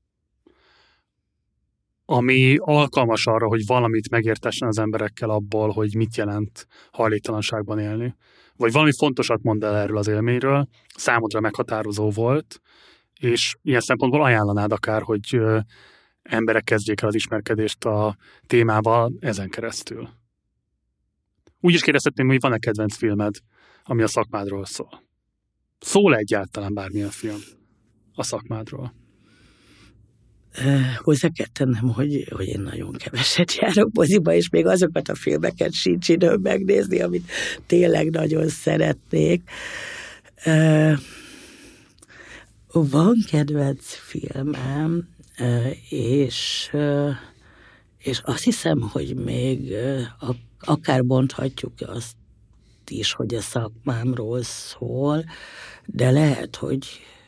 ami alkalmas arra, hogy valamit megértessen az emberekkel abból, hogy mit jelent hajléktalanságban élni. Vagy valami fontosat mondd el erről az élményről, számodra meghatározó volt, és ilyen szempontból ajánlanád akár, hogy emberek kezdjék el az ismerkedést a témával ezen keresztül. Úgy is kérdezhetném, hogy van-e kedvenc filmed, ami a szakmádról szól. Szól egyáltalán bármilyen film a szakmádról? Hozzá kell tennem, hogy én nagyon keveset járok moziba, és még azokat a filmeket sincs időm megnézni, amit tényleg nagyon szeretnék. Van kedvenc filmem, és azt hiszem, hogy még akár bonthatjuk azt is, hogy a szakmámról szól, de lehet, hogy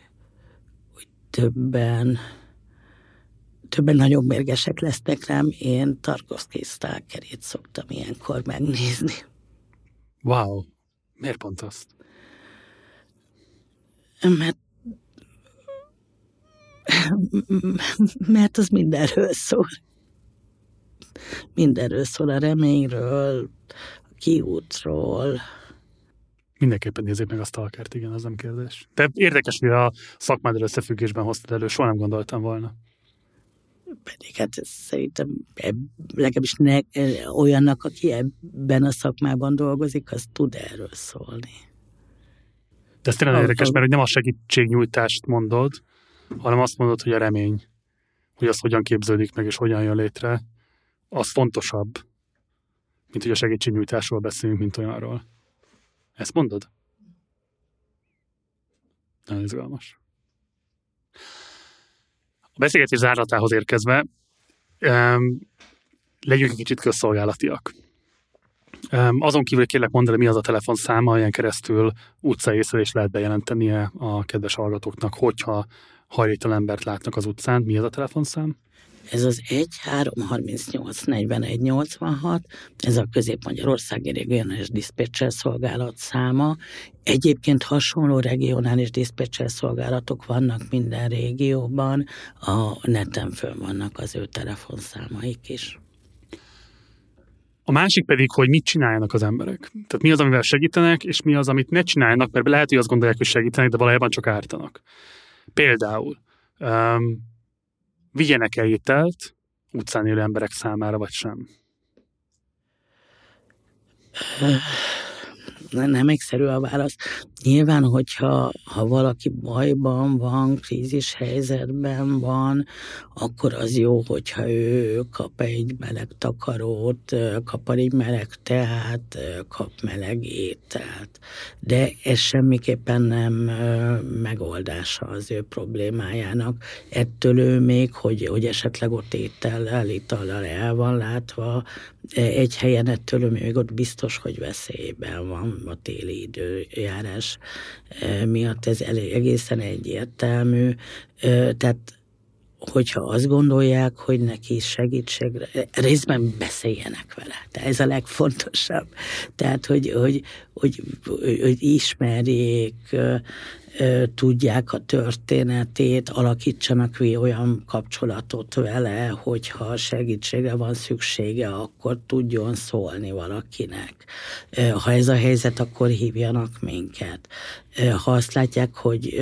többen nagyon mérgesek lesznek rám, én Tarkovszky Stalkerét szoktam ilyenkor megnézni. Wow! Miért pont azt? Mert az mindenről szól. Mindenről szól, a reményről, a kiútról. Mindenképpen nézzék meg a Stalkert, igen, az nem kérdés. De érdekes, hogy a szakmádról összefüggésben hoztad elő, soha nem gondoltam volna. Pedig hát szerintem legalábbis olyannak, aki ebben a szakmában dolgozik, az tud erről szólni. De ez tényleg érdekes, mert hogy nem a segítségnyújtást mondod, hanem azt mondod, hogy a remény. hogy az hogyan képződik meg, és hogyan jön létre, az fontosabb, mint hogy a segítségnyújtásról beszélünk, mint olyanról. Ezt mondod? Nagyon izgalmas. A beszélgetés záratához érkezve, legyünk egy kicsit közszolgálatiak. Azon kívül kérlek mondani, mi az a telefonszáma, amelyen keresztül utcai észlelést lehet bejelentenie a kedves hallgatóknak, hogyha hajléktalan embert látnak az utcán. Mi az a telefonszám? Ez az 1-338-41-86, ez a Közép-Magyarországi Regionális Diszpécser Szolgálat száma. Egyébként hasonló regionális diszpécser szolgálatok vannak minden régióban, a neten fönn vannak az ő telefonszámaik is. A másik pedig, hogy mit csináljanak az emberek. Tehát mi az, amivel segítenek, és mi az, amit ne csináljanak, mert lehet, hogy azt gondolják, hogy segítenek, de valójában csak ártanak. Például vigyenek el ételt utcán élő emberek számára, vagy sem? Nem egyszerű a válasz. Nyilván, hogyha valaki bajban van, krízis helyzetben van, akkor az jó, hogyha ő kap egy meleg takarót, kap egy meleg teát, kap meleg ételt. De ez semmiképpen nem megoldása az ő problémájának. Ettől ő még, hogy esetleg ott étellel, itallal el van látva, egy helyen ettől ő még ott biztos, hogy veszélyben van a téli időjárás miatt, ez egészen egyértelmű. Tehát, hogyha azt gondolják, hogy neki segítségre, részben beszéljenek vele. Tehát ez a legfontosabb. Tehát, hogy ismerjék, tudják a történetét, alakítsanak ki olyan kapcsolatot vele, hogyha segítségre van szüksége, akkor tudjon szólni valakinek. Ha ez a helyzet, akkor hívjanak minket. Ha azt látják,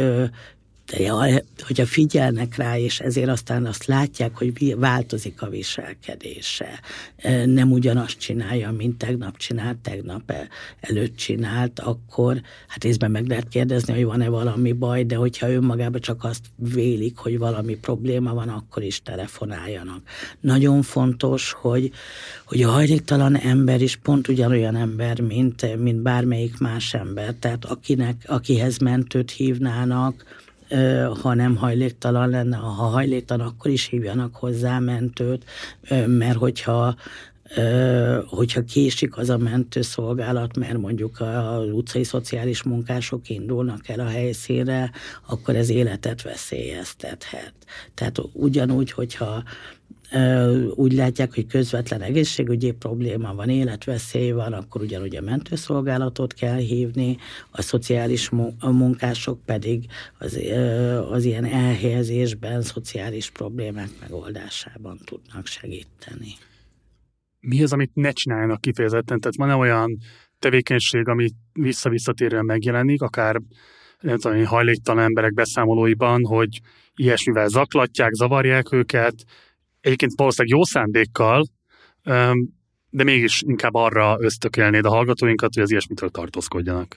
hogyha figyelnek rá, és ezért aztán azt látják, hogy változik a viselkedése. Nem ugyanazt csinálja, mint tegnap előtt csinált, akkor hát részben meg lehet kérdezni, hogy van-e valami baj, de hogyha önmagában csak azt vélik, hogy valami probléma van, akkor is telefonáljanak. Nagyon fontos, hogy a hajléktalan ember is pont ugyanolyan ember, mint bármelyik más ember. Tehát akihez mentőt hívnának, ha nem hajléktalan lenne, ha hajléktalan, akkor is hívjanak hozzá mentőt, mert hogyha késik az a mentőszolgálat, mert mondjuk az utcai szociális munkások indulnak el a helyszínre, akkor ez életet veszélyeztethet. Tehát ugyanúgy, hogyha úgy látják, hogy közvetlen egészségügyi probléma van, életveszély van, akkor ugyanúgy a mentőszolgálatot kell hívni, a szociális munkások pedig az ilyen elhelyezésben, szociális problémák megoldásában tudnak segíteni. Mi az, amit ne csináljanak kifejezetten? Tehát van-e olyan tevékenység, ami visszatérően megjelenik, akár nem tudom, hajléktalan emberek beszámolóiban, hogy ilyesmivel zaklatják, zavarják őket, egyébként valószínűleg jó szándékkal, de mégis inkább arra ösztökélnéd a hallgatóinkat, hogy az ilyesmitől tartózkodjanak.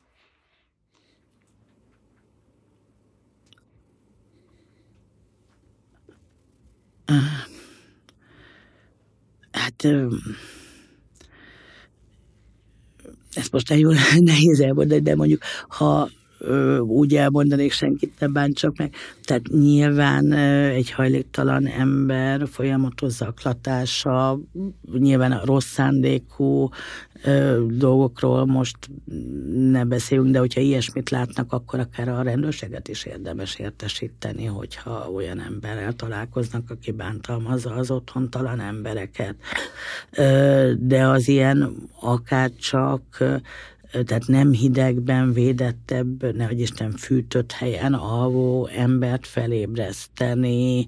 Hát ezt most nehéz elmondani, de mondjuk, ha úgy elmondanék, senkit ne bántsak meg. Tehát nyilván egy hajléktalan ember folyamatos zaklatása, nyilván a rossz szándékú dolgokról most ne beszéljünk, de hogyha ilyesmit látnak, akkor akár a rendőrséget is érdemes értesíteni, hogyha olyan emberrel találkoznak, aki bántalmazza az otthontalan embereket. De az ilyen akár csak tehát nem hidegben védettebb, nehogy Isten fűtött helyen alvó embert felébreszteni,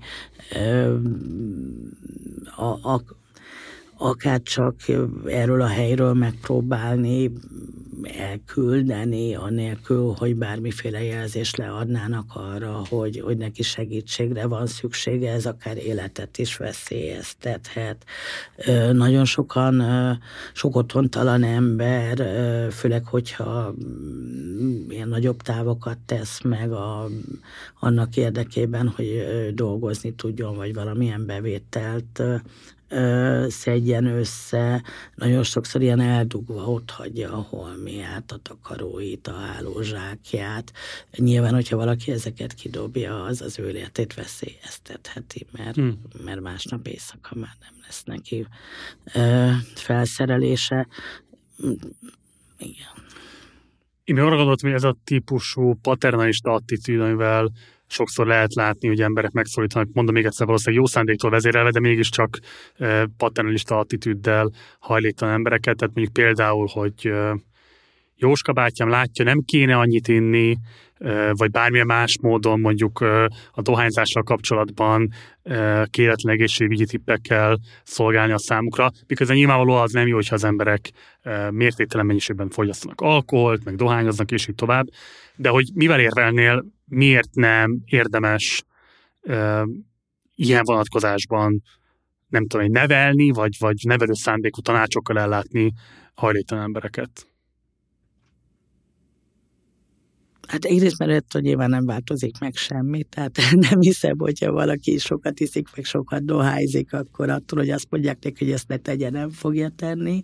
akár csak erről a helyről megpróbálni elküldeni, anélkül, hogy bármiféle jelzést leadnának arra, hogy neki segítségre van szüksége, ez akár életet is veszélyeztethet. Nagyon sok otthontalan ember, főleg hogyha ilyen nagyobb távokat tesz meg annak érdekében, hogy dolgozni tudjon, vagy valamilyen bevételt szedjen össze, nagyon sokszor ilyen eldugva ott hagyja a holmiát, a takaróit, a hálózsákját. Nyilván, hogyha valaki ezeket kidobja, az ő életét veszélyeztetheti, mert másnap éjszaka már nem lesz neki felszerelése. Igen. Én arra gondoltam, hogy ez a típusú paternalista attitűd, amivel sokszor lehet látni, hogy emberek megszólítanak, mondom még egyszer, valószínűleg jó szándéktól vezérelve, de mégiscsak paternalista attitűddel hajléktalan embereket. Tehát mondjuk például, hogy Jóska bátyám látja, nem kéne annyit inni, vagy bármilyen más módon mondjuk a dohányzással kapcsolatban kéretlen egészségügyi tippekkel szolgálni a számukra, miközben nyilvánvalóan az nem jó, hogyha az emberek mértéktelen mennyiségben fogyasztanak alkoholt, meg dohányoznak, és így tovább. De hogy mivel érvelnél, miért nem érdemes ilyen vonatkozásban nem tudom, nevelni, vagy nevelő szándékú tanácsokkal ellátni hajléktalan embereket? Hát egyrészt, mert ettől nyilván nem változik meg semmi, tehát nem hiszem, hogyha valaki sokat iszik, meg sokat dohányzik, akkor attól, hogy azt mondják neki, hogy ezt ne tegye, nem fogja tenni.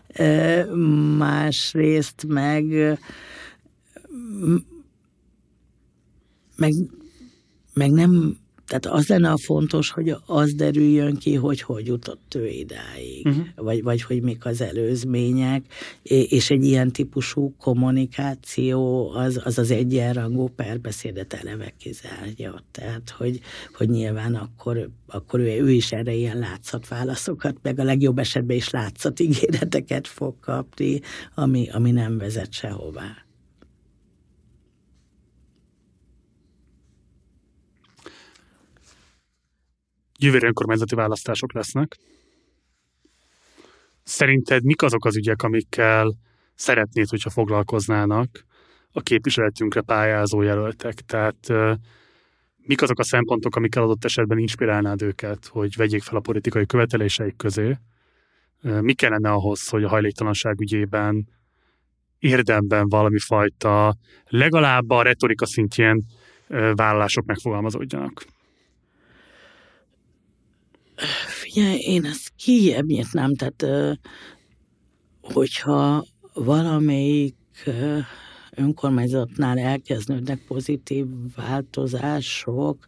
Másrészt meg nem, tehát az lenne a fontos, hogy az derüljön ki, hogy jutott ő idáig, vagy hogy mik az előzmények, és egy ilyen típusú kommunikáció az egyenrangú párbeszédet eleve kizárja. Tehát, hogy nyilván akkor ő is erre ilyen látszatválaszokat, meg a legjobb esetben is látszatigéreteket fog kapni, ami nem vezet sehová. Jövőre önkormányzati választások lesznek. Szerinted mik azok az ügyek, amikkel szeretnéd, hogyha foglalkoznának a képviseletünkre pályázó jelöltek? Tehát mik azok a szempontok, amikkel adott esetben inspirálnád őket, hogy vegyék fel a politikai követeléseik közé? Mi kellene ahhoz, hogy a hajléktalanság ügyében érdemben valami fajta, legalább a retorika szintjén vállalások megfogalmazódjanak? Figyelj, én ezt kijebb nyitnám, tehát hogyha valamelyik önkormányzatnál elkezdődnek pozitív változások,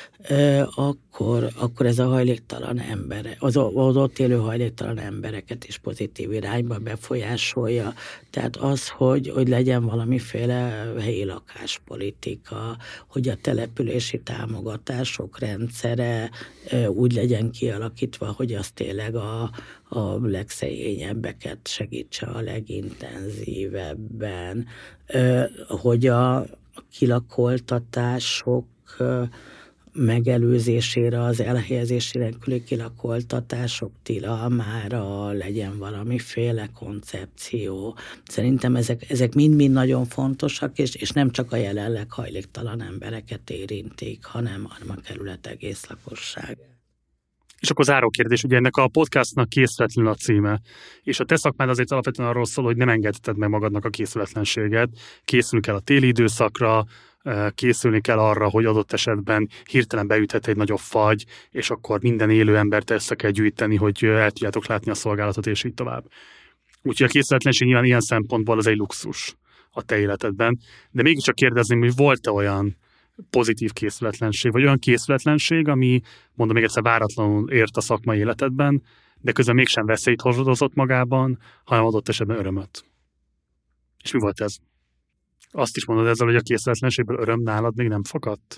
akkor ez a hajléktalan ember, az ott élő hajléktalan embereket is pozitív irányba befolyásolja. Tehát az, hogy legyen valamiféle helyi lakáspolitika, hogy a települési támogatások rendszere úgy legyen kialakítva, hogy az tényleg a legszegényebbeket segítse a legintenzívebben, hogy a kilakoltatások megelőzésére, az elhelyezési nélküli kilakoltatások tilalmára legyen valamiféle koncepció. Szerintem ezek mind-mind nagyon fontosak, és nem csak a jelenleg hajléktalan embereket érintik, hanem a kerület egész lakosságát. És akkor záró kérdés, ugye ennek a podcastnak készületlen a címe, és a te szakmád azért alapvetően arról szól, hogy nem engedheted meg magadnak a készületlenséget, készülni kell a téli időszakra, készülni kell arra, hogy adott esetben hirtelen beüthet egy nagyobb fagy, és akkor minden élő embert össze kell gyűjteni, hogy el tudjátok látni a szolgálatot, és így tovább. Úgyhogy a készületlenség nyilván ilyen szempontból az egy luxus a te életedben, de mégiscsak kérdezném, hogy volt-e olyan pozitív készületlenség, vagy olyan készületlenség, ami, mondom még egyszer, váratlanul ért a szakmai életedben, de közben mégsem veszélyt hordozott magában, hanem adott esetben örömöt. És mi volt ez? Azt is mondod ezzel, hogy a készületlenségből öröm nálad még nem fakadt?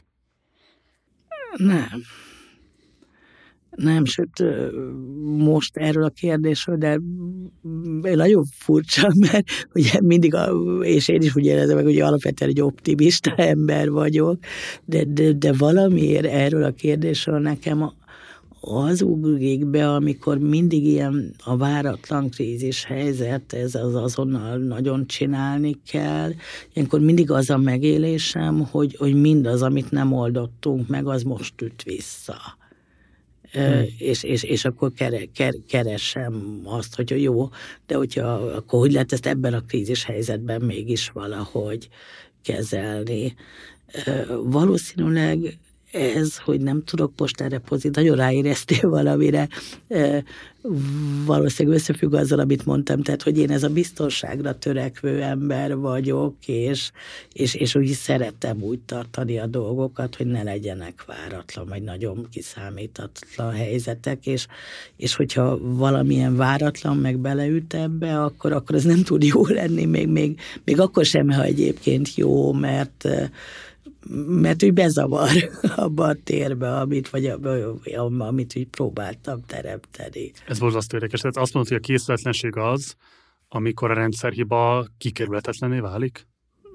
Nem, sőt, most erről a kérdésről, de nagyon furcsa, mert ugye mindig, és én is úgy érzem meg, hogy alapvetően egy optimista ember vagyok, de valamiért erről a kérdésről nekem az ugrik be, amikor mindig ilyen a váratlan krízis helyzet, ez az azonnal nagyon csinálni kell. Ilyenkor mindig az a megélésem, hogy mindaz, amit nem oldottunk meg, az most üt vissza. és akkor keresem azt, hogy jó, de akkor hogy lehet ezt ebben a krízis helyzetben mégis valahogy kezelni. Valószínűleg ez, hogy nem tudok most erre nagyon ráéreztél valamire, valószínűleg összefügg azzal, amit mondtam, tehát, hogy én ez a biztonságra törekvő ember vagyok, és úgy szeretem úgy tartani a dolgokat, hogy ne legyenek váratlan, vagy nagyon kiszámítatlan helyzetek, és hogyha valamilyen váratlan meg beleüt ebbe, akkor ez nem tud jó lenni, még akkor sem, ha egyébként jó, mert úgy bezavar abba a térbe, amit úgy próbáltam teremteni. Ez borzasztó érdekes. Tehát azt mondod, hogy a készületlenség az, amikor a rendszerhiba kikerülhetetlenné válik?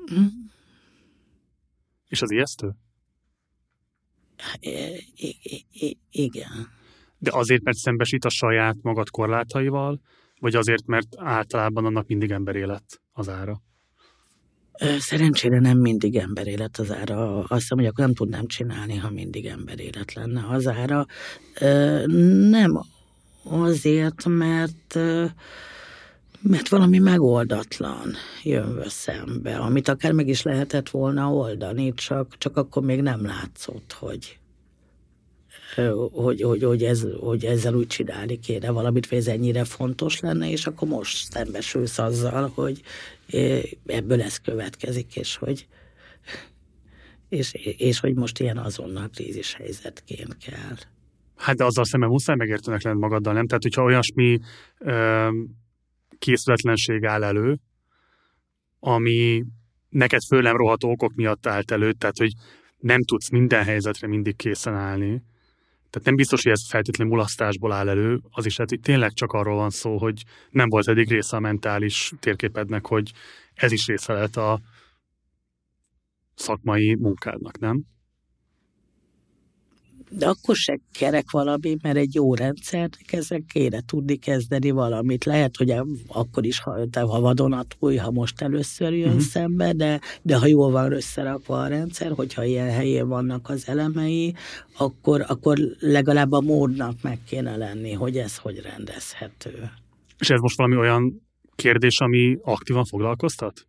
És az ijesztő? Igen. De azért, mert szembesít a saját magad korlátaival, vagy azért, mert általában annak mindig emberélet az ára? Szerencsére nem mindig emberélet az ára. Azt hiszem, hogy akkor nem tudnám csinálni, ha mindig emberélet lenne az ára. Nem azért, mert valami megoldatlan jön szembe, amit akár meg is lehetett volna oldani, csak akkor még nem látszott, hogy ezzel úgy csinálni kéne valamit, vagy ez ennyire fontos lenne, és akkor most szembesülsz azzal, hogy ebből ez következik, és hogy most ilyen azonnal krízis helyzetként kell. Hát de azzal szemben muszáj megértőnek lenned magaddal, nem? Tehát, hogyha olyasmi készületlenség áll elő, ami neked föl nem roható okok miatt állt elő, tehát, hogy nem tudsz minden helyzetre mindig készen állni. Tehát nem biztos, hogy ez feltétlenül mulasztásból áll elő, az is lehet, hogy tényleg csak arról van szó, hogy nem volt eddig része a mentális térképednek, hogy ez is része lehet a szakmai munkádnak, nem? De akkor se kerek valami, mert egy jó rendszernek ezzel kéne tudni kezdeni valamit. Lehet, hogy akkor is, ha vadonatúj, ha most először jön szembe, de ha jól van összerakva a rendszer, hogyha ilyen helyén vannak az elemei, akkor legalább a módnak meg kéne lenni, hogy ez hogy rendezhető. És ez most valami olyan kérdés, ami aktívan foglalkoztat?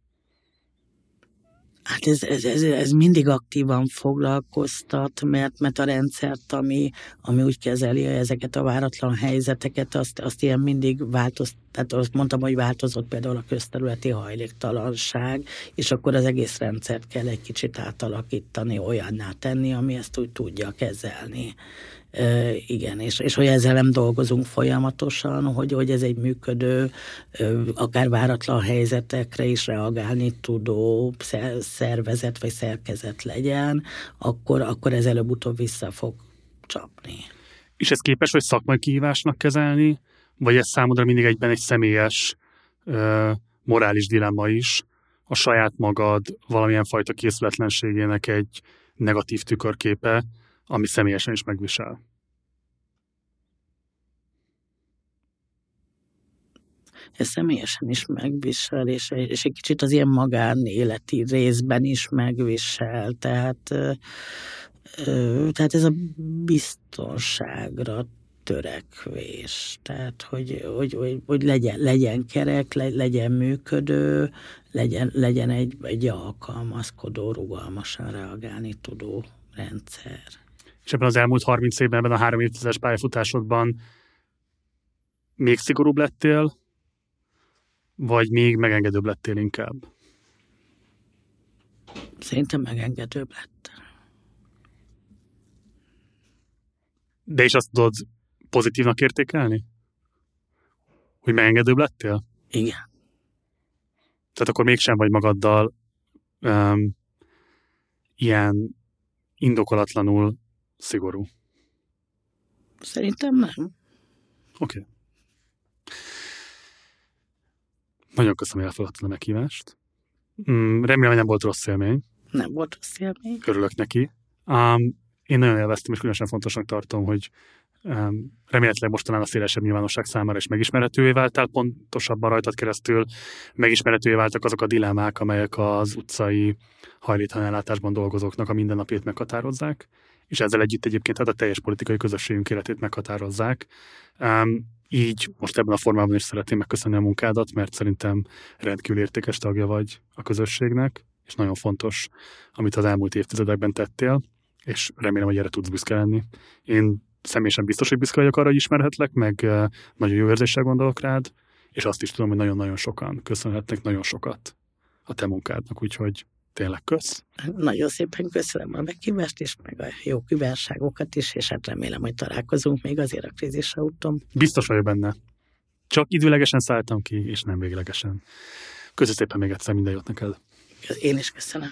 Hát ez mindig aktívan foglalkoztat, mert a rendszert, ami úgy kezeli ezeket a váratlan helyzeteket, azt ilyen mindig tehát azt mondtam, hogy változott például a közterületi hajléktalanság, és akkor az egész rendszert kell egy kicsit átalakítani, olyanná tenni, ami ezt úgy tudja kezelni. Igen, és hogy ezzel nem dolgozunk folyamatosan, hogy ez egy működő, akár váratlan helyzetekre is reagálni tudó szervezet vagy szerkezet legyen, akkor ez előbb-utóbb vissza fog csapni. És ez képes, hogy szakmai kihívásnak kezelni, vagy ez számodra mindig egyben egy személyes morális dilemma is, a saját magad valamilyen fajta készületlenségének egy negatív tükörképe, ami személyesen is megvisel? Ez személyesen is megvisel, és egy kicsit az ilyen magánéleti részben is megvisel. Tehát ez a biztonságra törekvés. Tehát, hogy legyen kerek, legyen működő, legyen egy alkalmazkodó, rugalmasan reagálni tudó rendszer. És ebben az elmúlt 30 évben, ebben a 3 évtizedes pályafutásodban még szigorúbb lettél, vagy még megengedőbb lettél inkább? Szerintem megengedőbb lettem. De is azt tudod pozitívnak értékelni? Hogy megengedőbb lettél? Igen. Tehát akkor mégsem vagy magaddal ilyen indokolatlanul szigorú. Szerintem nem. Oké. Nagyon köszönöm, hogy elfogadtad a meghívást. Remélem, hogy nem volt rossz élmény. Nem volt rossz élmény. Örülök neki. Én nagyon élveztem, és különösen fontosnak tartom, hogy remélhetőleg mostanában a szélesebb nyilvánosság számára is megismerhetővé váltál, pontosabban rajtad keresztül megismerhetővé váltak azok a dilemmák, amelyek az utcai hajléktalan ellátásban dolgozóknak a mindennapjét meghatározzák, és ezzel együtt egyébként hát a teljes politikai közösségünk életét meghatározzák. Így most ebben a formában is szeretném megköszönni a munkádat, mert szerintem rendkívül értékes tagja vagy a közösségnek, és nagyon fontos, amit az elmúlt évtizedekben tettél, és remélem, hogy erre tudsz büszke lenni. Én személyesen biztos, hogy büszke vagyok arra, hogy ismerhetlek, meg nagyon jó érzéssel gondolok rád, és azt is tudom, hogy nagyon-nagyon sokan köszönhetnek nagyon sokat a te munkádnak, úgyhogy tényleg kösz. Nagyon szépen köszönöm a meghívást is, meg a jó kívánságokat is, és hát remélem, hogy találkozunk még azért a krízisre úton. Biztos vagyok benne. Csak időlegesen szálltam ki, és nem véglegesen. Köszönöm szépen még egyszer, minden jót neked. Én is köszönöm.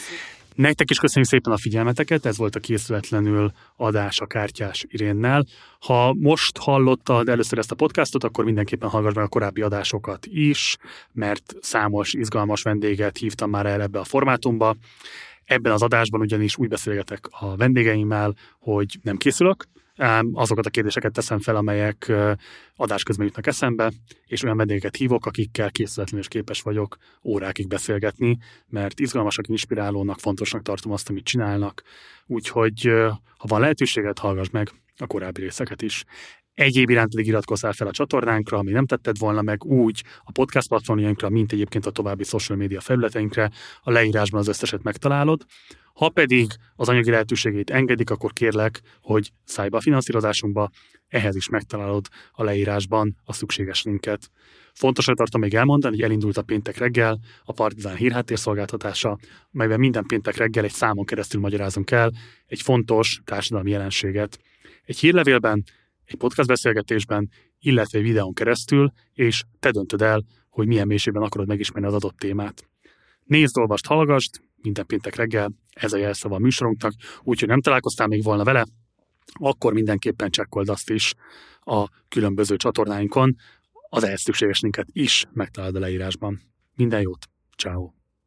Nektek is köszönjük szépen a figyelmeteket, ez volt a Készületlenül adás a Kártyás Irénnel. Ha most hallottad először ezt a podcastot, akkor mindenképpen hallgass meg a korábbi adásokat is, mert számos izgalmas vendéget hívtam már el ebbe a formátumba. Ebben az adásban ugyanis úgy beszélgetek a vendégeimmel, hogy nem készülök, azokat a kérdéseket teszem fel, amelyek adás közben jutnak eszembe, és olyan vendégeket hívok, akikkel készületlenül is képes vagyok órákig beszélgetni, mert izgalmasak, inspirálónak, fontosnak tartom azt, amit csinálnak, úgyhogy ha van lehetőséged, hallgass meg a korábbi részeket is. Egyéb iránt pedig iratkozzál fel a csatornánkra, ami nem tetted volna meg, úgy a podcast platformjainkra, mint egyébként a további social media felületeinkre, a leírásban az összeset megtalálod. Ha pedig az anyagi lehetőségeit engedik, akkor kérlek, hogy szállj be a finanszírozásunkba, ehhez is megtalálod a leírásban a szükséges linket. Fontosra tartom még elmondani, hogy elindult a péntek reggel a Partizán hírháttérszolgáltatása, melyben minden péntek reggel egy számon keresztül magyarázunk el egy fontos társadalmi jelenséget. Egy hírlevélben, egy podcast beszélgetésben, illetve egy videón keresztül, és te döntöd el, hogy milyen mélységben akarod megismerni az adott témát. Nézd, olvasd, hallgassd, minden péntek reggel, ez a jelszava a műsorunknak, úgyhogy nem találkoztál még volna vele, akkor mindenképpen csekkold azt is a különböző csatornáinkon, az ehhez szükséges linket is megtalálod a leírásban. Minden jót, ciao.